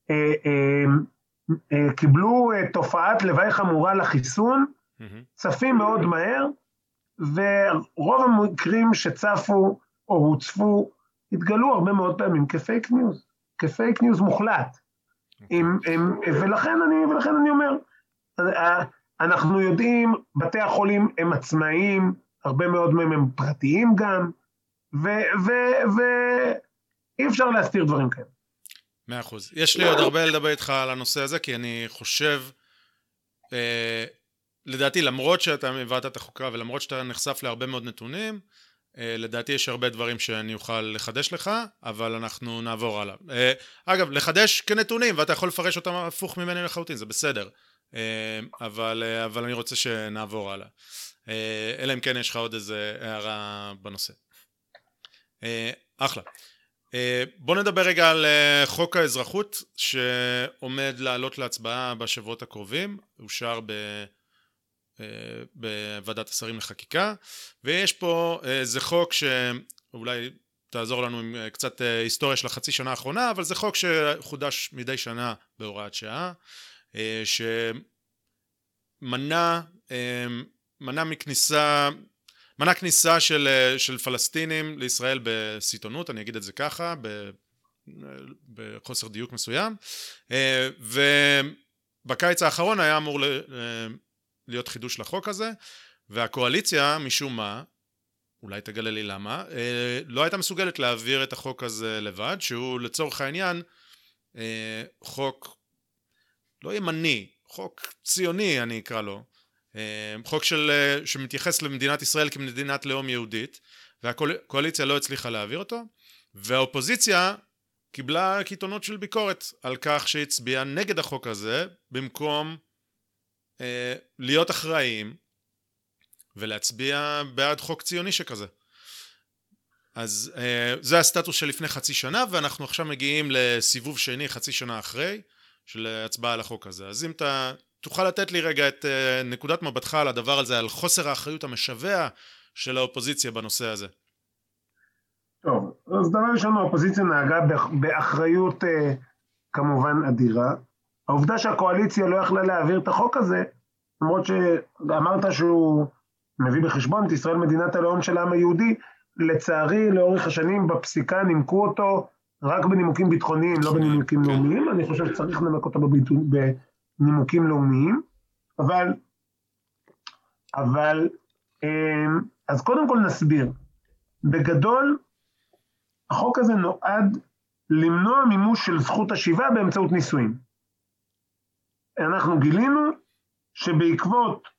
Speaker 3: קיבלו תופעת לוואי חמורה לחיסון, צפים מאוד מהר, ורוב המקרים שצפו או הוצפו, התגלו הרבה מאוד פעמים כפייק ניוז מוחלט. ולכן אני אומר, אנחנו יודעים, בתי החולים הם עצמאיים, הרבה מאוד מהם הם פרטיים גם, ואי אפשר להסתיר דברים כאלה.
Speaker 1: 100%. יש לי עוד הרבה לדבר איתך על הנושא הזה, כי אני חושב, לדעתי, למרות שאתה הבאת את החוקה, ולמרות שאתה נחשף להרבה מאוד נתונים, לדעתי יש הרבה דברים שאני אוכל לחדש לך, אבל אנחנו נעבור הלאה. אגב, לחדש כנתונים, ואתה יכול לפרש אותם הפוך ממני לחלוטין, זה בסדר. אבל אני רוצה שנעבור הלאה. אלא אם כן יש לך עוד איזה הערה בנושא. אחלה. בוא נדבר רגע על חוק האזרחות, שעומד לעלות להצבעה בשבועות הקרובים, אושר בוועדת השרים לחקיקה, ויש פה איזה חוק שאולי תעזור לנו עם קצת היסטוריה של החצי שנה האחרונה, אבל זה חוק שחודש מדי שנה בהוראת שעה, שמנע כניסה של פלסטינים לישראל בסיטונות, אני אגיד את זה ככה, בחוסר דיוק מסוים, ובקיץ האחרון היה אמור להיות חידוש לחוק הזה, והקואליציה משום מה, אולי תגלה לי למה, לא הייתה מסוגלת להעביר את החוק הזה לבד, שהוא לצורך העניין חוק לא ימני, חוק ציוני אני אקרא לו, חוק שמתייחס למדינת ישראל כמדינת לאום יהודית, והקואליציה לא הצליחה להעביר אותו, והאופוזיציה קיבלה קיתונות של ביקורת על כך שהצביעה נגד החוק הזה, במקום להיות אחראים ולהצביע בעד חוק ציוני שכזה. אז זה הסטטוס של לפני חצי שנה, ואנחנו עכשיו מגיעים לסיבוב שני חצי שנה אחרי של הצבעה על החוק הזה. אז אם אתה תוכל לתת לי רגע את נקודת מבטך על הדבר הזה, על חוסר האחריות המשווע של האופוזיציה בנושא הזה.
Speaker 3: טוב, אז דבר ראשון, האופוזיציה נהגה באחריות כמובן אדירה. העובדה שהקואליציה לא יכלה להעביר את החוק הזה, למרות שאמרת שהוא מביא בחשבון את ישראל מדינת הלאום של העם היהודי, לצערי לאורך השנים בפסיקה נימקו אותו רק בנימוקים ביטחוניים, לא בנימוקים לאומיים. אני חושב שצריך לנמק אותו בנימוקים לאומיים, אבל אז קודם כל נסביר. בגדול, החוק הזה נועד למנוע מימוש של זכות השיבה באמצעות נישואים. אנחנו גילינו שבעקבות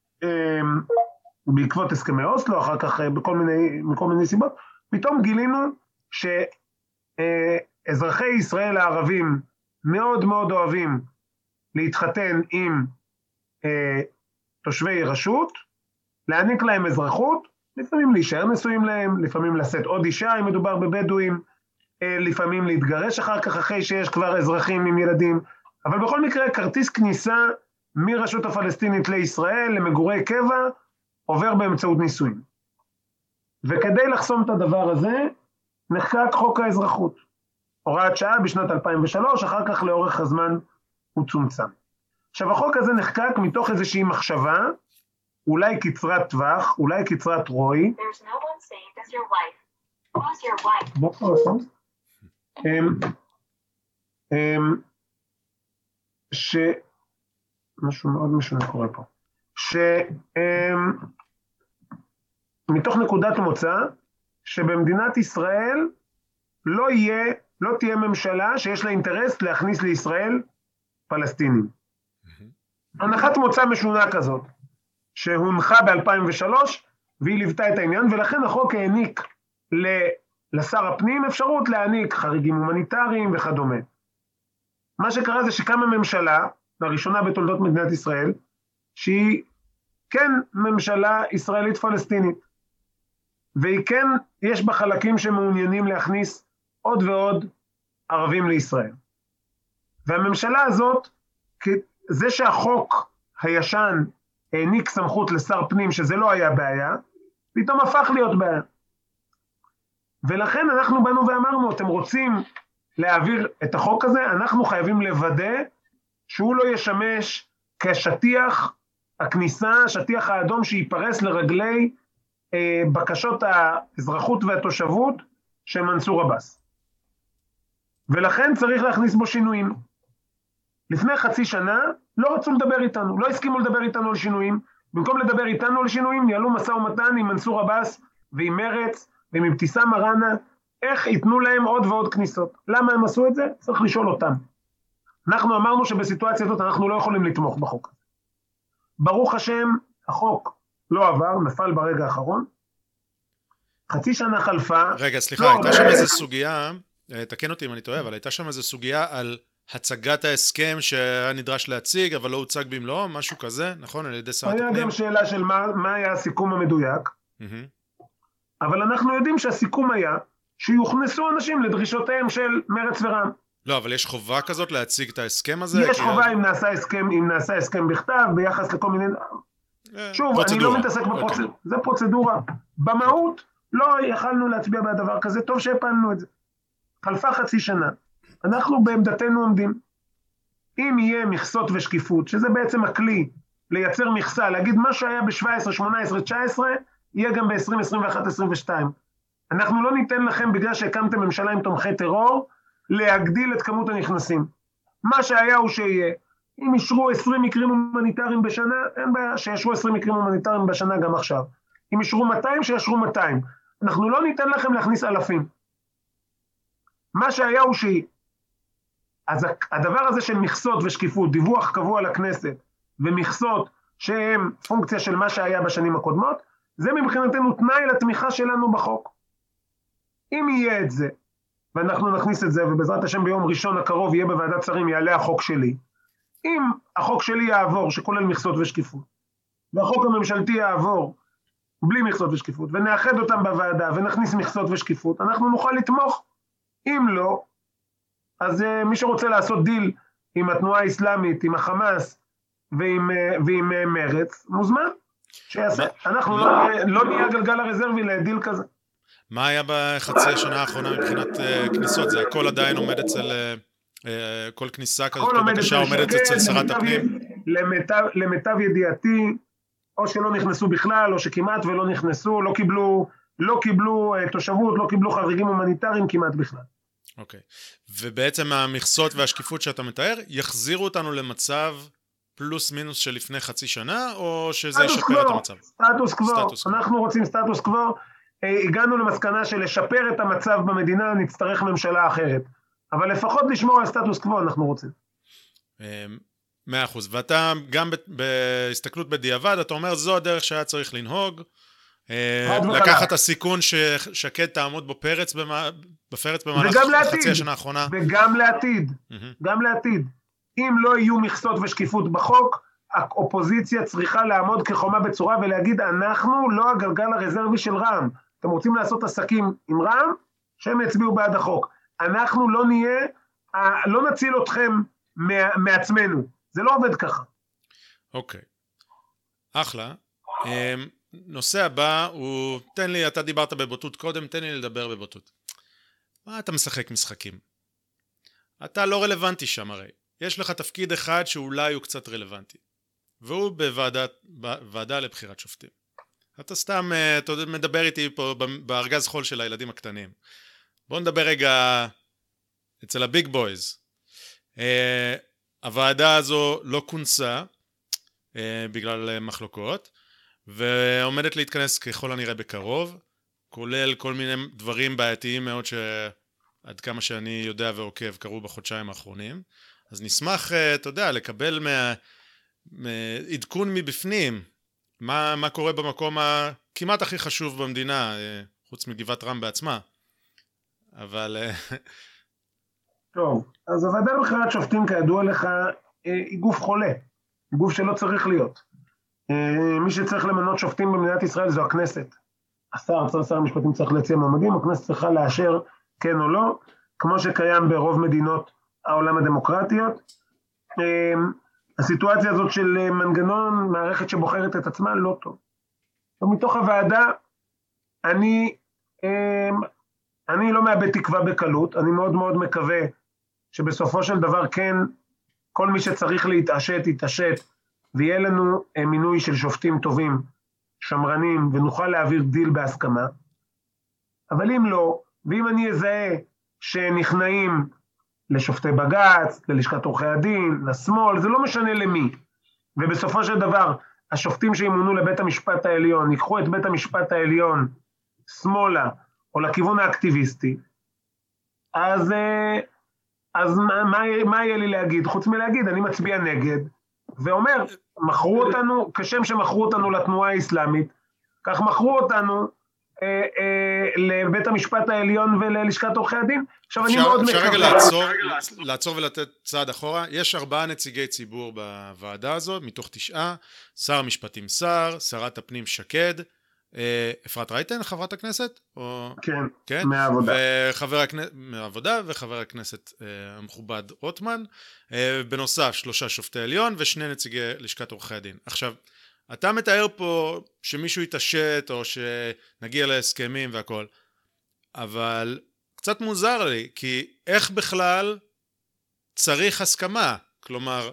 Speaker 3: הסכמי אוסלו, אחר כך מכל מיני סיבות, פתאום גילינו שאזרחי ישראל הערבים מאוד מאוד אוהבים להתחתן עם תושבי רשות, להעניק להם אזרחות, לפעמים להישאר נשואים להם, לפעמים לשאת עוד אישה אם מדובר בבדואים, לפעמים להתגרש אחר כך אחרי שיש כבר אזרחים עם ילדים, אבל בכל מקרה כרטיס כניסה מרשות הפלסטינית לישראל למגורי קבע עובר באמצעות נישואים. וכדי לחסום את הדבר הזה נחקק חוק האזרחות, הוראת שעה בשנת 2003, אחר כך לאורך הזמן הוא צומצם. עכשיו, החוק הזה נחקק מתוך איזושהי מחשבה, אולי קצרת טווח, אולי קצרת רוי.
Speaker 4: There's no one safe as your wife. Who's your wife?
Speaker 3: בוקר טוב. משהו מאוד משונה קורה פה. מתוך נקודת מוצא, שבמדינת ישראל לא תהיה ממשלה שיש לה אינטרס להכניס לישראל פלסטינים. הנחת מוצא משונה כזאת, שהונחה ב-2003, והיא ליוותה את העניין, ולכן החוק העניק לשר הפנים אפשרות להעניק חריגים הומניטריים וכדומה. מה שקרה זה שקמה ממשלה, לראשונה בתולדות מדינת ישראל, שהיא כן ממשלה ישראלית פלסטינית, והיא כן, יש בה חלקים שמעוניינים להכניס עוד ועוד ערבים לישראל. והממשלה הזאת, זה שהחוק הישן העניק סמכות לשר פנים, שזה לא היה בעיה, פתאום הפך להיות בעיה. ולכן אנחנו באנו ואמרנו, אתם רוצים להעביר את החוק הזה, אנחנו חייבים לוודא שהוא לא ישמש כשטיח הכניסה, שטיח האדום שיפרס לרגלי בקשות האזרחות והתושבות של מנסור עבאס. ולכן צריך להכניס בו שינויים. לפני חצי שנה לא רצו לדבר איתנו, לא הסכימו לדבר איתנו על שינויים, במקום לדבר איתנו על שינויים, ניהלו משא ומתן עם מנסור עבאס ועם מרץ ועם אבתיסאם מראענה, איך ייתנו להם עוד ועוד כניסות. למה הם עשו את זה? צריך לשאול אותם. אנחנו אמרנו שבסיטואציה הזאת אנחנו לא יכולים לתמוך בחוק. ברוך השם, החוק לא עבר, נפל ברגע האחרון. חצי שנה חלפה.
Speaker 1: רגע, סליחה, הייתה שם איזו סוגיה, תקן אותי אם אני טועה, אבל הייתה שם איזו סוגיה על הצגת ההסכם שהיה נדרש להציג, אבל לא הוצג במלואו, משהו כזה, נכון? על ידי שר הפנים.
Speaker 3: היה גם שאלה של מה היה הסיכום המדויק, אבל אנחנו יודעים שהסיכום היה שיוכנסו אנשים לדרישותיהם של מרץ ורע"מ.
Speaker 1: לא, אבל יש חובה כזאת להציג את ההסכם הזה?
Speaker 3: יש חובה אם נעשה הסכם בכתב, ביחס לכל מיני... שוב, אני לא מתעסק בפרוצדורה, זה פרוצדורה. במהות, לא יכלנו להצביע בדבר כזה, טוב שהפלנו את זה. חלפה חצי שנה. אנחנו בעמדתנו עומדים. אם יהיה מכסות ושקיפות, שזה בעצם הכלי לייצר מכסה, להגיד מה שהיה ב-17, 18, 19, יהיה גם ב-20, 21, 22. אנחנו לא ניתן לכם, בגלל שהקמתם ממשלה עם תומכי טרור, להגדיל את כמות הנכנסים. מה שהיה הוא שיהיה. אם ישרו 20 מקרים הומניטריים בשנה, אין בעיה שישרו 20 מקרים הומניטריים בשנה גם עכשיו. אם ישרו 200, שישרו 200. אנחנו לא ניתן לכם להכניס אלפים. מה שהיה הוא שיהיה. אז הדבר הזה של מכסות ושקיפות, דיווח קבוע לכנסת, ומכסות שהם פונקציה של מה שהיה בשנים הקודמות, זה מבחינתנו תנאי לתמיכה שלנו בחוק. אם יהיה את זה, ואנחנו נכניס את זה, ובעזרת השם ביום ראשון הקרוב יהיה בוועדת שרים, יעלה החוק שלי. אם החוק שלי יעבור, שכולל מכסות ושקיפות, והחוק הממשלתי יעבור בלי מכסות ושקיפות, ונאחד אותם בוועדה, ונכניס מכסות ושקיפות, אנחנו נוכל לתמוך. אם לא, אז מי שרוצה לעשות דיל עם התנועה האסלאמית, עם החמאס ועם מרץ, מוזמן שיעשה. אנחנו לא נהיה הגלגל הרזרבי לדיל כזה.
Speaker 1: מה היה בחצי השנה האחרונה מבחינת כניסות? זה הכל עדיין עומד אצל, כל כניסה כזאת, כל בקשה עומדת אצל שרת הפנים?
Speaker 3: למיטב ידיעתי, או שלא נכנסו בכלל, או שכמעט ולא נכנסו, לא קיבלו תושבות, לא קיבלו חריגים הומניטריים כמעט בכלל.
Speaker 1: אוקיי. ובעצם המכסות והשקיפות שאתה מתאר, יחזירו אותנו למצב פלוס מינוס של לפני חצי שנה, או שזה ישפר את המצב?
Speaker 3: סטטוס קוו. אנחנו רוצים סטטוס קוו. הגענו למסקנה של לשפר את המצב במדינה, נצטרך ממשלה אחרת. אבל לפחות לשמור על סטטוס קוו אנחנו רוצים.
Speaker 1: 100%. ואתה גם בהסתכלות בדיעבד, אתה אומר, זו הדרך שהיה צריך לנהוג, לקחת את הסיכון ששקד תעמוד בו בפרץ במהלך חצי השנה האחרונה.
Speaker 3: וגם לעתיד, גם לעתיד. אם לא יהיו מכסות ושקיפות בחוק, האופוזיציה צריכה לעמוד כחומה בצורה ולהגיד, אנחנו לא הגלגל הרזרבי של רע"מ. אתם רוצים לעשות עסקים עם רע"מ? שהם יצביעו בעד החוק. אנחנו לא נהיה, לא נציל אתכם מעצמנו. זה לא עובד ככה.
Speaker 1: אוקיי. אחלה. נושא הבא הוא, תן לי, אתה דיברת בבוטות קודם, תן לי לדבר בבוטות. מה אתה משחק משחקים? אתה לא רלוונטי שם הרי. יש לך תפקיד אחד שאולי הוא קצת רלוונטי, והוא בוועדה לבחירת שופטים. אתה סתם מדבר איתי פה בארגז חול של הילדים הקטנים. בוא נדבר רגע אצל הביג בויז. הוועדה הזו לא כונסה בגלל מחלוקות, ועומדת להתכנס ככל הנראה בקרוב, כולל כל מיני דברים בעייתיים מאוד שעד כמה שאני יודע ועוקב קרו בחודשיים האחרונים. אז נשמח, אתה יודע, לקבל עדכון מבפנים, מה קורה במקום הכמעט הכי חשוב במדינה, חוץ מגבעת רם בעצמה. אבל...
Speaker 3: טוב, אז הוועדה לבחירת שופטים, כידוע לך, היא גוף חולה, גוף שלא צריך להיות. מי שצריך למנות שופטים במדינת ישראל זו הכנסת. שר המשפטים צריך להציע מועמדים, הכנסת צריכה לאשר כן או לא, כמו שקיים ברוב מדינות העולם הדמוקרטיות. הסיטואציה הזאת של מנגנון, מערכת שבוחרת את עצמה, לא טוב. ומתוך הוועדה, אני לא מאבד תקווה בקלות, אני מאוד מאוד מקווה שבסופו של דבר כן, כל מי שצריך להתעשת, יתעשת, ויהיה לנו מינוי של שופטים טובים, שמרנים, ונוכל להעביר דיל בהסכמה. אבל אם לא, ואם אני אזהה שנכנעים לשופטי בג"ץ, ללשכת עורכי הדין, לשמאל, זה לא משנה למי. ובסופו של דבר, השופטים שימונו לבית המשפט העליון, ייקחו את בית המשפט העליון שמאלה, או לכיוון האקטיביסטי, אז מה יהיה לי להגיד? חוץ מלהגיד, אני מצביע נגד, ואומר, מכרו אותנו, כשם שמכרו אותנו לתנועה האסלאמית, כך מכרו אותנו לבית המשפט העליון וללשכת עורכי הדין. עכשיו אני מאוד
Speaker 1: אפשר
Speaker 3: מקווה...
Speaker 1: רגע לעצור ולתת צעד אחורה. יש 4 נציגי ציבור בוועדה הזאת, מתוך 9, שר המשפטים שרת הפנים שקד, אפרת רייטן, חברת הכנסת?
Speaker 3: כן, מהעבודה.
Speaker 1: מהעבודה, וחבר הכנסת המכובד רוטמן, בנוסף 3 שופטי עליון ו2 נציגי לשכת עורכי הדין. עכשיו, אתה מתאר פה שמישהו יתעשת או שנגיע להסכמים והכל, אבל קצת מוזר לי, כי איך בכלל צריך הסכמה? כלומר,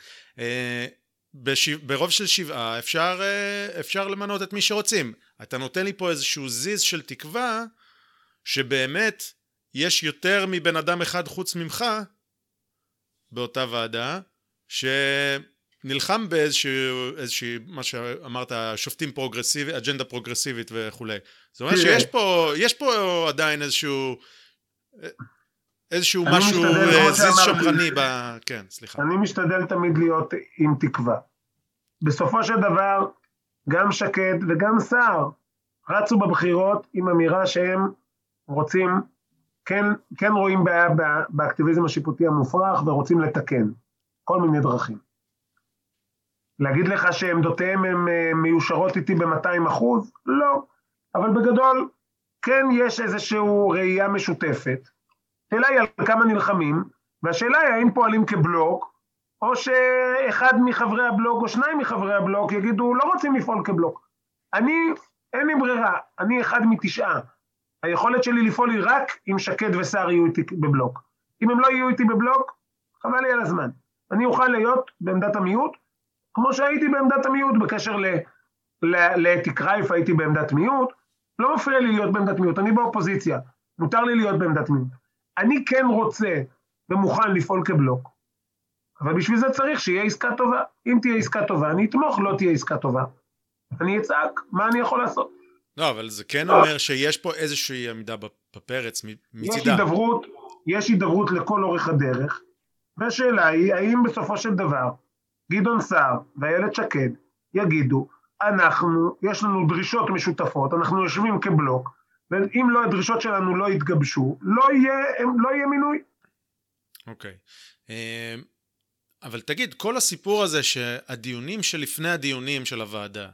Speaker 1: ברוב של 7 אפשר למנות את מי שרוצים. אתה נותן לי פה איזשהו זיז של תקווה שבאמת יש יותר מבן אדם אחד חוץ ממך באותה ועדה שנלחם באיזושהי מה שאמרת, שופטים פרוגרסיבי, אג'נדה פרוגרסיבית וכו'. זאת אומרת שיש פה עדיין איזשהו משהו זיז שמרני כן, סליחה.
Speaker 3: אני משתדל תמיד להיות עם תקווה. בסופו של דבר, גם שקד וגם סער רצו בבחירות עם אמירה שהם רוצים, כן רואים בעיה באקטיביזם השיפוטי המופרך ורוצים לתקן כל מיני דרכים. להגיד לך שעמדותיהם הן מיושרות איתי ב-200%? לא. אבל בגדול, כן יש איזשהו ראייה משותפת. השאלה היא על כמה נלחמים, והשאלה היא האם פועלים כבלוק, או שאחד מחברי הבלוק או 2 מחברי הבלוק יגידו לא רוצים לפעול כבלוק. אין לי ברירה, אני 1 מ9. היכולת שלי לפעול היא רק אם שקד וסער יהיו איתי בבלוק. אם הם לא יהיו איתי בבלוק, חבל לי על הזמן. אני אוכל להיות בעמדת המיעוט, כמו שהייתי בעמדת המיעוט בקשר לאתי קרייף, הייתי בעמדת מיעוט, לא מפריע לי להיות בעמדת מיעוט, אני באופוזיציה, מותר לי להיות בעמדת מיעוט. אני כן רוצה ומוכן לפעול כבלוק, אבל בשביל זה צריך שיהיה עסקה טובה. אם תהיה עסקה טובה, אני אתמוך, לא תהיה עסקה טובה, אני אצעק, מה אני יכול לעשות?
Speaker 1: לא, אבל זה כן אומר שיש פה איזושהי עמידה בפרץ מצידה.
Speaker 3: יש הידברות לכל אורך הדרך, והשאלה היא, האם בסופו של דבר, גדעון סער ואיילת שקד יגידו, יש לנו דרישות משותפות, אנחנו יושבים כבלוק, ואם לא הדרישות שלנו לא יתגבשו, לא יהיה מינוי.
Speaker 1: אוקיי. אבל תגיד, כל הסיפור הזה שהדיונים שלפני הדיונים של הוועדה,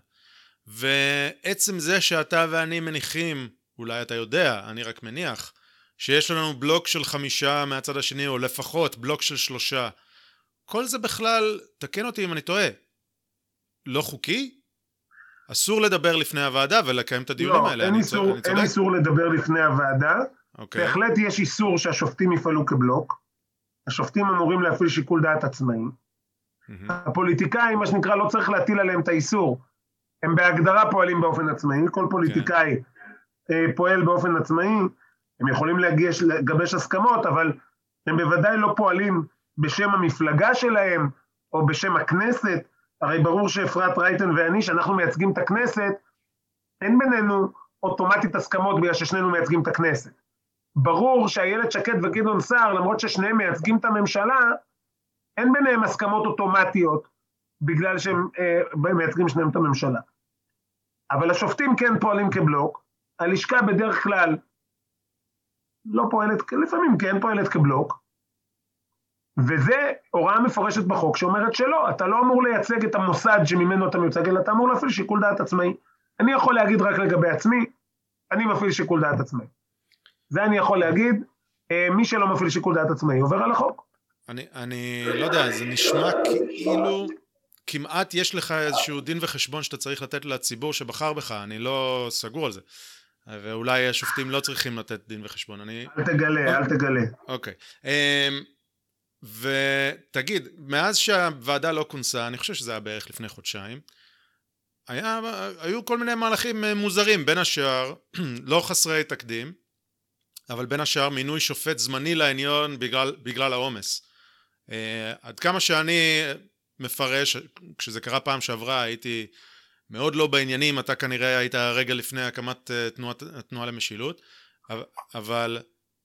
Speaker 1: ועצם זה שאתה ואני מניחים, אולי אתה יודע, אני רק מניח, שיש לנו בלוק של 5 מהצד השני, או לפחות בלוק של 3, כל זה בכלל, תקן אותי אם אני טועה, לא חוקי? אסור לדבר לפני הוועדה ולקיים את הדיונים האלה.
Speaker 3: אין איסור לדבר לפני הוועדה. בהחלט יש איסור שהשופטים יפעלו כבלוק. השופטים אמורים להפעיל שיקול דעת עצמאי. הפוליטיקאים, מה שנקרא, לא צריך להטיל עליהם את האיסור. הם בהגדרה פועלים באופן עצמאי, כל פוליטיקאי פועל באופן עצמאי, הם יכולים לגבש הסכמות, אבל הם בוודאי לא פועלים בשם המפלגה שלהם, או בשם הכנסת. הרי ברור שאפרת רייטן ואני, שאנחנו מייצגים את הכנסת, אין בינינו אוטומטית הסכמות בגלל ששנינו מייצגים את הכנסת. ברור שאיילת שקד וגדעון סער, למרות ששניהם מייצגים את הממשלה, אין ביניהם הסכמות אוטומטיות, בגלל שהם מייצגים שניהם את הממשלה. אבל השופטים כן פועלים כבלוק, הלשכה בדרך כלל לא פועלת, לפעמים כן פועלת כבלוק, וזה הוראה מפורשת בחוק שאומרת שלא, אתה לא אמור לייצג את המוסד שממנו אתה מיוצג, אלא אתה אמור להפעיל שיקול דעת עצמאי. אני יכול להגיד רק לגבי עצמי, אני מפעיל שיקול דעת עצמאי. זה אני יכול להגיד, מי שלא מפעיל שיקול דעת עצמאי עובר על החוק.
Speaker 1: אני לא יודע, זה נשמע כאילו כמעט יש לך איזשהו דין וחשבון שאתה צריך לתת לציבור שבחר בך, אני לא סגור על זה. ואולי השופטים לא צריכים לתת דין וחשבון.
Speaker 3: אל תגלה.
Speaker 1: אוקיי. ותגיד, מאז שהוועדה לא כונסה, אני חושב שזה היה בערך לפני חודשיים, היו כל מיני מהלכים מוזרים, בין השאר, לא חסרי תקדים, אבל בין השאר מינוי שופט זמני לעליון בגלל העומס. עד כמה שאני מפרש, כשזה קרה פעם שעברה, הייתי מאוד לא בעניינים, אתה כנראה היית רגע לפני הקמת תנועה למשילות, אבל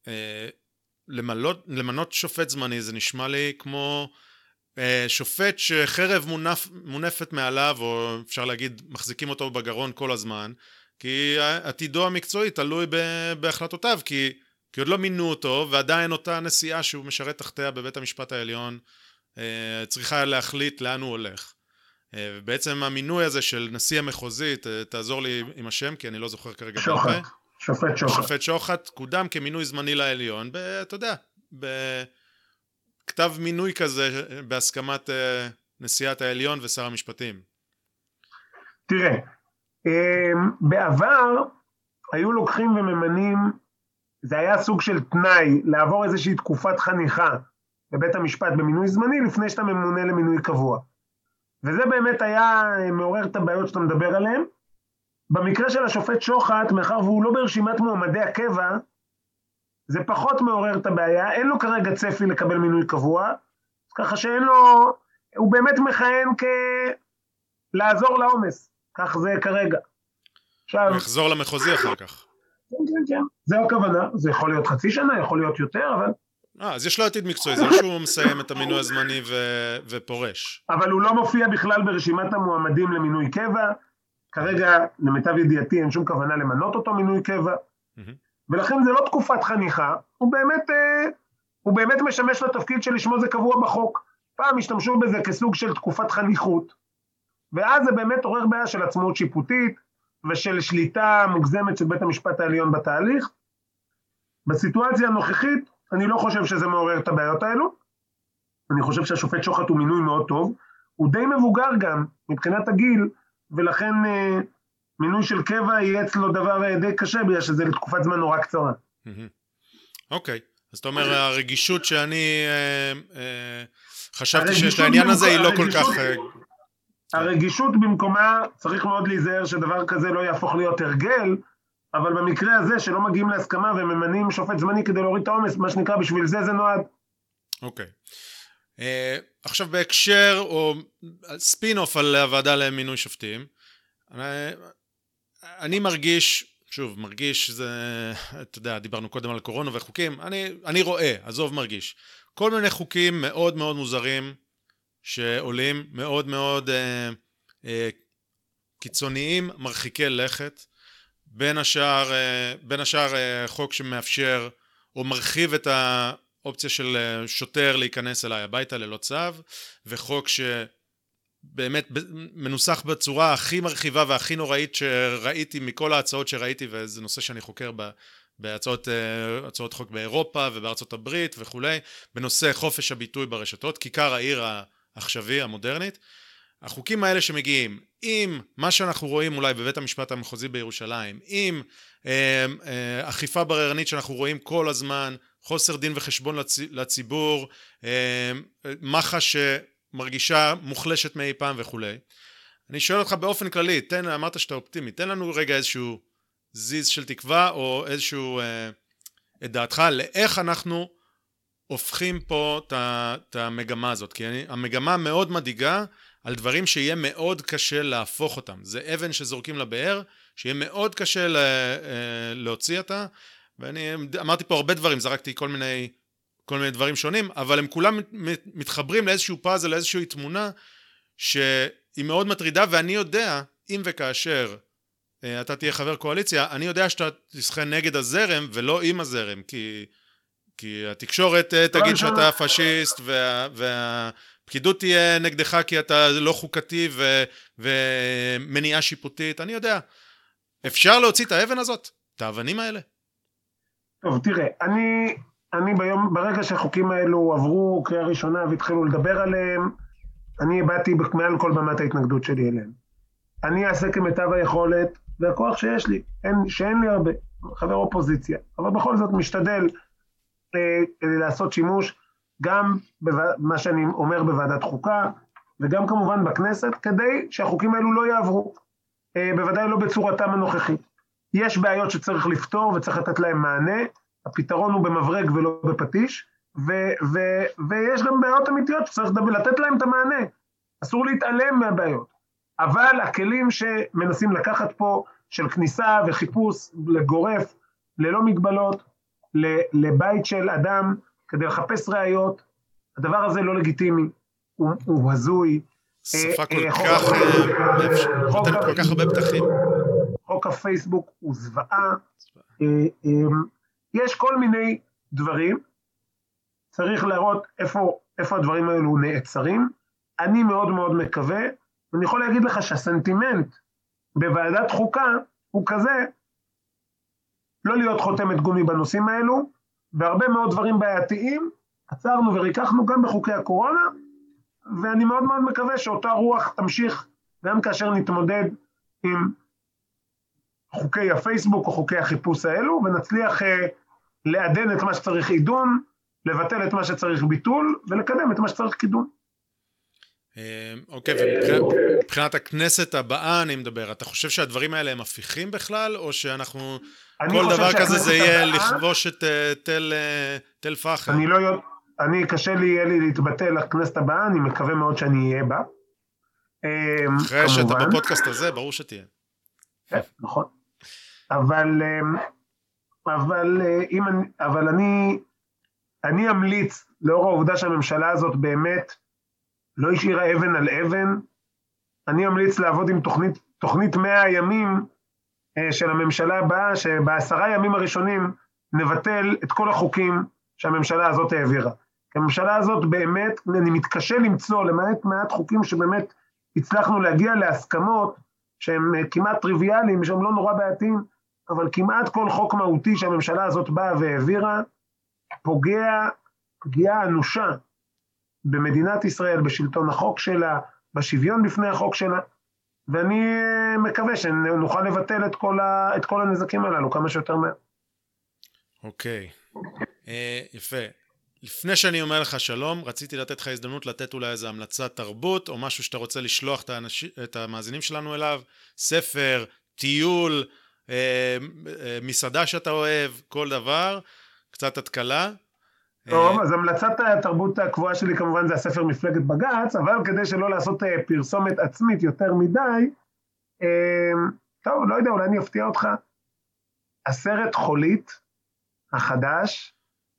Speaker 1: למנות שופט זמני זה נשמע לי כמו שופט שחרב מונפת מעליו, או אפשר להגיד מחזיקים אותו בגרון כל הזמן, כי עתידו המקצועי תלוי בהחלטותיו, כי עוד לא מינו אותו, ועדיין אותה נשיאה שהוא משרת תחתיה בבית המשפט העליון צריכה להחליט לאן הוא הולך. ובעצם המינוי הזה של נשיא המחוזית, תעזור לי עם השם, כי אני לא זוכר כרגע. שופט שוחט, קודם כמינוי זמני לעליון, אתה יודע, בכתב מינוי כזה, בהסכמת נשיאת העליון ושר המשפטים.
Speaker 3: תראה, בעבר היו לוקחים וממנים, זה היה סוג של תנאי, לעבור איזושהי תקופת חניכה בבית המשפט במינוי זמני, לפני שאתה ממונה למינוי קבוע. וזה באמת היה מעורר את הבעיות שאתה מדבר עליהן. במקרה של השופט שוחט, מאחר והוא לא ברשימת מועמדי הקבע, זה פחות מעורר את הבעיה, אין לו כרגע צפי לקבל מינוי קבוע, ככה שאין לו, הוא באמת מכהן לעזור לעומס, כך זה כרגע.
Speaker 1: הוא יחזור למחוזי אחר כך.
Speaker 3: כן, זה הכוונה, זה יכול להיות חצי שנה, יכול להיות יותר, אבל...
Speaker 1: אז יש לו עתיד מקצועי, זה לא שהוא מסיים את המינוי הזמני ופורש.
Speaker 3: אבל הוא לא מופיע בכלל ברשימת המועמדים למינוי קבע, כרגע למיטב ידיעתי אין שום כוונה למנות אותו מינוי קבע, ולכן זה לא תקופת חניכה, הוא באמת משמש לתפקיד שלשמו זה קבוע בחוק. פעם השתמשו בזה כסוג של תקופת חניכות, ואז זה באמת עורר בעיה של עצמאות שיפוטית, ושל שליטה מוגזמת של בית המשפט העליון בתהליך. בסיטואציה הנוכחית, אני לא חושב שזה מעורר את הבעיות האלו, אני חושב שהשופט שוחט הוא מינוי מאוד טוב, הוא די מבוגר גם מבחינת הגיל, ולכן מינוי של קבע יהיה אצלו דבר די קשה, בגלל שזה לתקופת זמן נורא קצרה.
Speaker 1: אוקיי, אז אתה אומר, הרגישות שאני חשבתי שיש לעניין הזה היא לא כל כך...
Speaker 3: הרגישות במקומה, צריך מאוד להיזהר שדבר כזה לא יהפוך להיות הרגל, אבל במקרה הזה שלא מגיעים להסכמה וממנים שופט זמני כדי להוריד את העומס, מה שנקרא בשביל זה נועד.
Speaker 1: אוקיי. עכשיו בהקשר או ספין-אוף על הוועדה למינוי שופטים, אני מרגיש, זה, אתה יודע, דיברנו קודם על קורונה וחוקים, אני רואה, עזוב מרגיש, כל מיני חוקים מאוד מאוד מוזרים שעולים, מאוד מאוד קיצוניים, מרחיקי לכת, בין השאר חוק שמאפשר או מרחיב את האופציה של שוטר להיכנס אליי הביתה ללא צו, וחוק שבאמת מנוסח בצורה הכי מרחיבה והכי נוראית שראיתי מכל ההצעות שראיתי, וזה נושא שאני חוקר בהצעות חוק באירופה ובארצות הברית וכולי, בנושא חופש הביטוי ברשתות, כיכר העיר העכשווי המודרנית. החוקים האלה שמגיעים עם מה שאנחנו רואים אולי בבית המשפט המחוזי בירושלים, עם אכיפה בררנית שאנחנו רואים כל הזמן, חוסר דין וחשבון לציבור, מח"ש שמרגישה מוחלשת מאי פעם וכו'. אני שואל אותך באופן כללי, אמרת שאתה אופטימי, תן לנו רגע איזשהו זיז של תקווה, או איזשהו, את דעתך, לאיך אנחנו הופכים פה את המגמה הזאת, כי המגמה מאוד מדאיגה על דברים שיהיה מאוד קשה להפוך אותם. זה אבן שזורקים לבאר, שיהיה מאוד קשה להוציא אותה, ואני אמרתי פה הרבה דברים, זרקתי כל מיני דברים שונים, אבל הם כולם מתחברים לאיזשהו פאזל, לאיזושהי תמונה, שהיא מאוד מטרידה, ואני יודע, אם וכאשר אתה תהיה חבר קואליציה, אני יודע שאתה תשחה נגד הזרם, ולא עם הזרם, כי התקשורת תגיד שאתה פשיסט, והפקידות תהיה נגדך כי אתה לא חוקתי ומניעה שיפוטית. אני יודע, אפשר להוציא את האבן הזאת, את האבנים האלה.
Speaker 3: טוב, תראה, אני ברגע שהחוקים האלו עברו קריאה ראשונה והתחילו לדבר עליהם, אני הבאתי מעל כל במת ההתנגדות שלי אליהם. אני אעשה כמיטב היכולת, והכוח שיש לי, שאין לי הרבה, חבר אופוזיציה, אבל בכל זאת משתדל לעשות שימוש גם במה שאני אומר בוועדת חוקה, וגם כמובן בכנסת, כדי שהחוקים האלו לא יעברו, בוודאי לא בצורתם הנוכחית. יש בעיות שצריך לפתור וצריך לתת להם מענה, הפתרון הוא במברג ולא בפטיש, ויש גם בעיות אמיתיות שצריך לתת להם את המענה, אסור להתעלם מהבעיות, אבל הכלים שמנסים לקחת פה, של כניסה וחיפוש לגורף, ללא מגבלות, לבית של אדם, כדי לחפש ראיות, הדבר הזה לא לגיטימי, הוא הזוי.
Speaker 1: שפה כל כך הרבה פתחים.
Speaker 3: חוק הפייסבוק הוא זוועה, יש כל מיני דברים, צריך לראות איפה הדברים האלו נעצרים, אני מאוד מאוד מקווה, ואני יכול להגיד לך שהסנטימנט בוועדת חוקה הוא כזה, לא להיות חותמת גומי בנושאים האלו, והרבה מאוד דברים בעייתיים, עצרנו וריקחנו גם בחוקי הקורונה, ואני מאוד מאוד מקווה שאותה רוח תמשיך, גם כאשר נתמודד עם חוקי הפייסבוק או חוקי החיפוש האלו, ונצליח לעדן את מה שצריך עידון, לבטל את מה שצריך ביטול, ולקדם את מה שצריך קידום.
Speaker 1: אוקיי, ומבחינת הכנסת הבאה אני מדבר, אתה חושב שהדברים האלה הם הפיכים בכלל, או שאנחנו, כל דבר כזה זה יהיה לכבוש את תל פחר?
Speaker 3: קשה לי יהיה לי להתבטא לכנסת הבאה, אני מקווה מאוד שאני אהיה בה.
Speaker 1: אחרי שאתה בפודקאסט הזה, ברור שתהיה.
Speaker 3: נכון. אבל אני אמליץ, לאור העובדה שהממשלה הזאת באמת לא השאירה אבן על אבן, אני אמליץ לעבוד עם תוכנית 100 הימים של הממשלה הבאה, שב10 ימים הראשונים נבטל את כל החוקים שהממשלה הזאת העבירה. כי הממשלה הזאת באמת, אני מתקשה למצוא, למעט מעט חוקים שבאמת הצלחנו להגיע להסכמות, שהם כמעט טריוויאליים, שהם לא נורא בעייתיים, אבל כמעט כל חוק מהותי שהממשלה הזאת באה והעבירה, פגיעה אנושה במדינת ישראל, בשלטון החוק שלה, בשוויון בפני החוק שלה, ואני מקווה שנוכל לבטל את כל הנזקים הללו כמה שיותר מהר.
Speaker 1: אוקיי, יפה. לפני שאני אומר לך שלום, רציתי לתת לך הזדמנות לתת אולי איזו המלצת תרבות, או משהו שאתה רוצה לשלוח את המאזינים שלנו אליו, ספר, טיול, מסעדה שאתה אוהב, כל דבר, קצת התקלה.
Speaker 3: טוב, אז המלצת התרבות הקבועה שלי כמובן זה הספר מפלגת בג"ץ, אבל כדי שלא לעשות פרסומת עצמית יותר מדי, טוב, לא יודע, אולי אני אפתיע אותך, הסרט חולית החדש,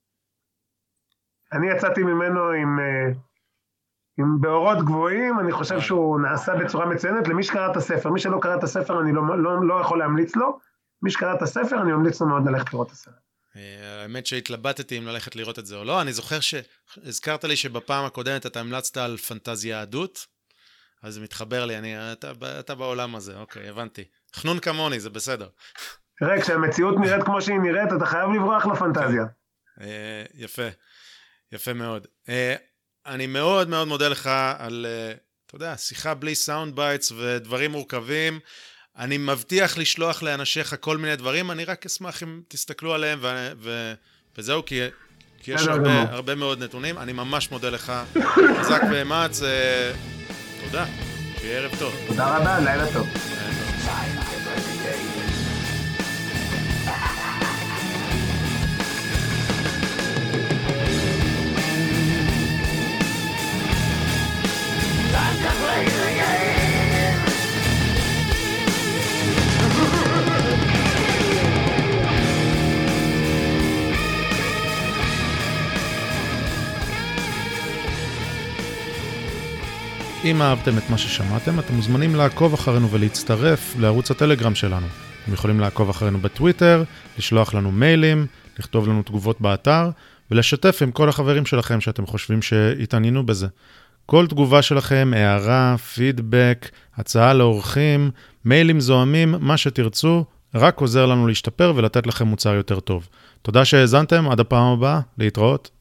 Speaker 3: אני יצאתי ממנו עם באורות גבוהים, אני חושב שהוא נעשה בצורה מצוינת, למי שקרא את הספר, מי שלא קרא את הספר אני לא יכול להמליץ לו, מי שקרא את הספר אני ממליץ לו מאוד ללכת לראות את הסרט.
Speaker 1: האמת שהתלבטתי אם ללכת לראות את זה או לא, אני זוכר שהזכרת לי שבפעם הקודמת אתה המלצת על פנטזיה יהדות, אז זה מתחבר לי, אתה בעולם הזה, אוקיי, הבנתי. חנון כמוני, זה בסדר.
Speaker 3: תראה, כשהמציאות נראית כמו שהיא נראית, אתה חייב לברוח לפנטזיה.
Speaker 1: יפה, יפה מאוד. אני מאוד מאוד מודה לך על, אתה יודע, שיחה בלי סאונד בייטס ודברים מורכבים, אני מבטיח לשלוח לאנשיך כל מיני דברים, אני רק אשמח אם תסתכלו עליהם וזהו, כי כי יש הרבה מאוד נתונים. אני ממש מודה לך. חזק ואמץ. תודה. שיהיה ערב טוב.
Speaker 3: תודה רבה, לילה טוב.
Speaker 2: Time to play the game.
Speaker 1: אם אהבתם את מה ששמעתם, אתם מוזמנים לעקוב אחרינו ולהצטרף לערוץ הטלגרם שלנו. אתם יכולים לעקוב אחרינו בטוויטר, לשלוח לנו מיילים, לכתוב לנו תגובות באתר, ולשתף עם כל החברים שלכם שאתם חושבים שהתעניינו בזה. כל תגובה שלכם, הערה, פידבק, הצעה לאורחים, מיילים זוהמים, מה שתרצו, רק עוזר לנו להשתפר ולתת לכם מוצר יותר טוב. תודה שהאזנתם, עד הפעם הבאה, להתראות.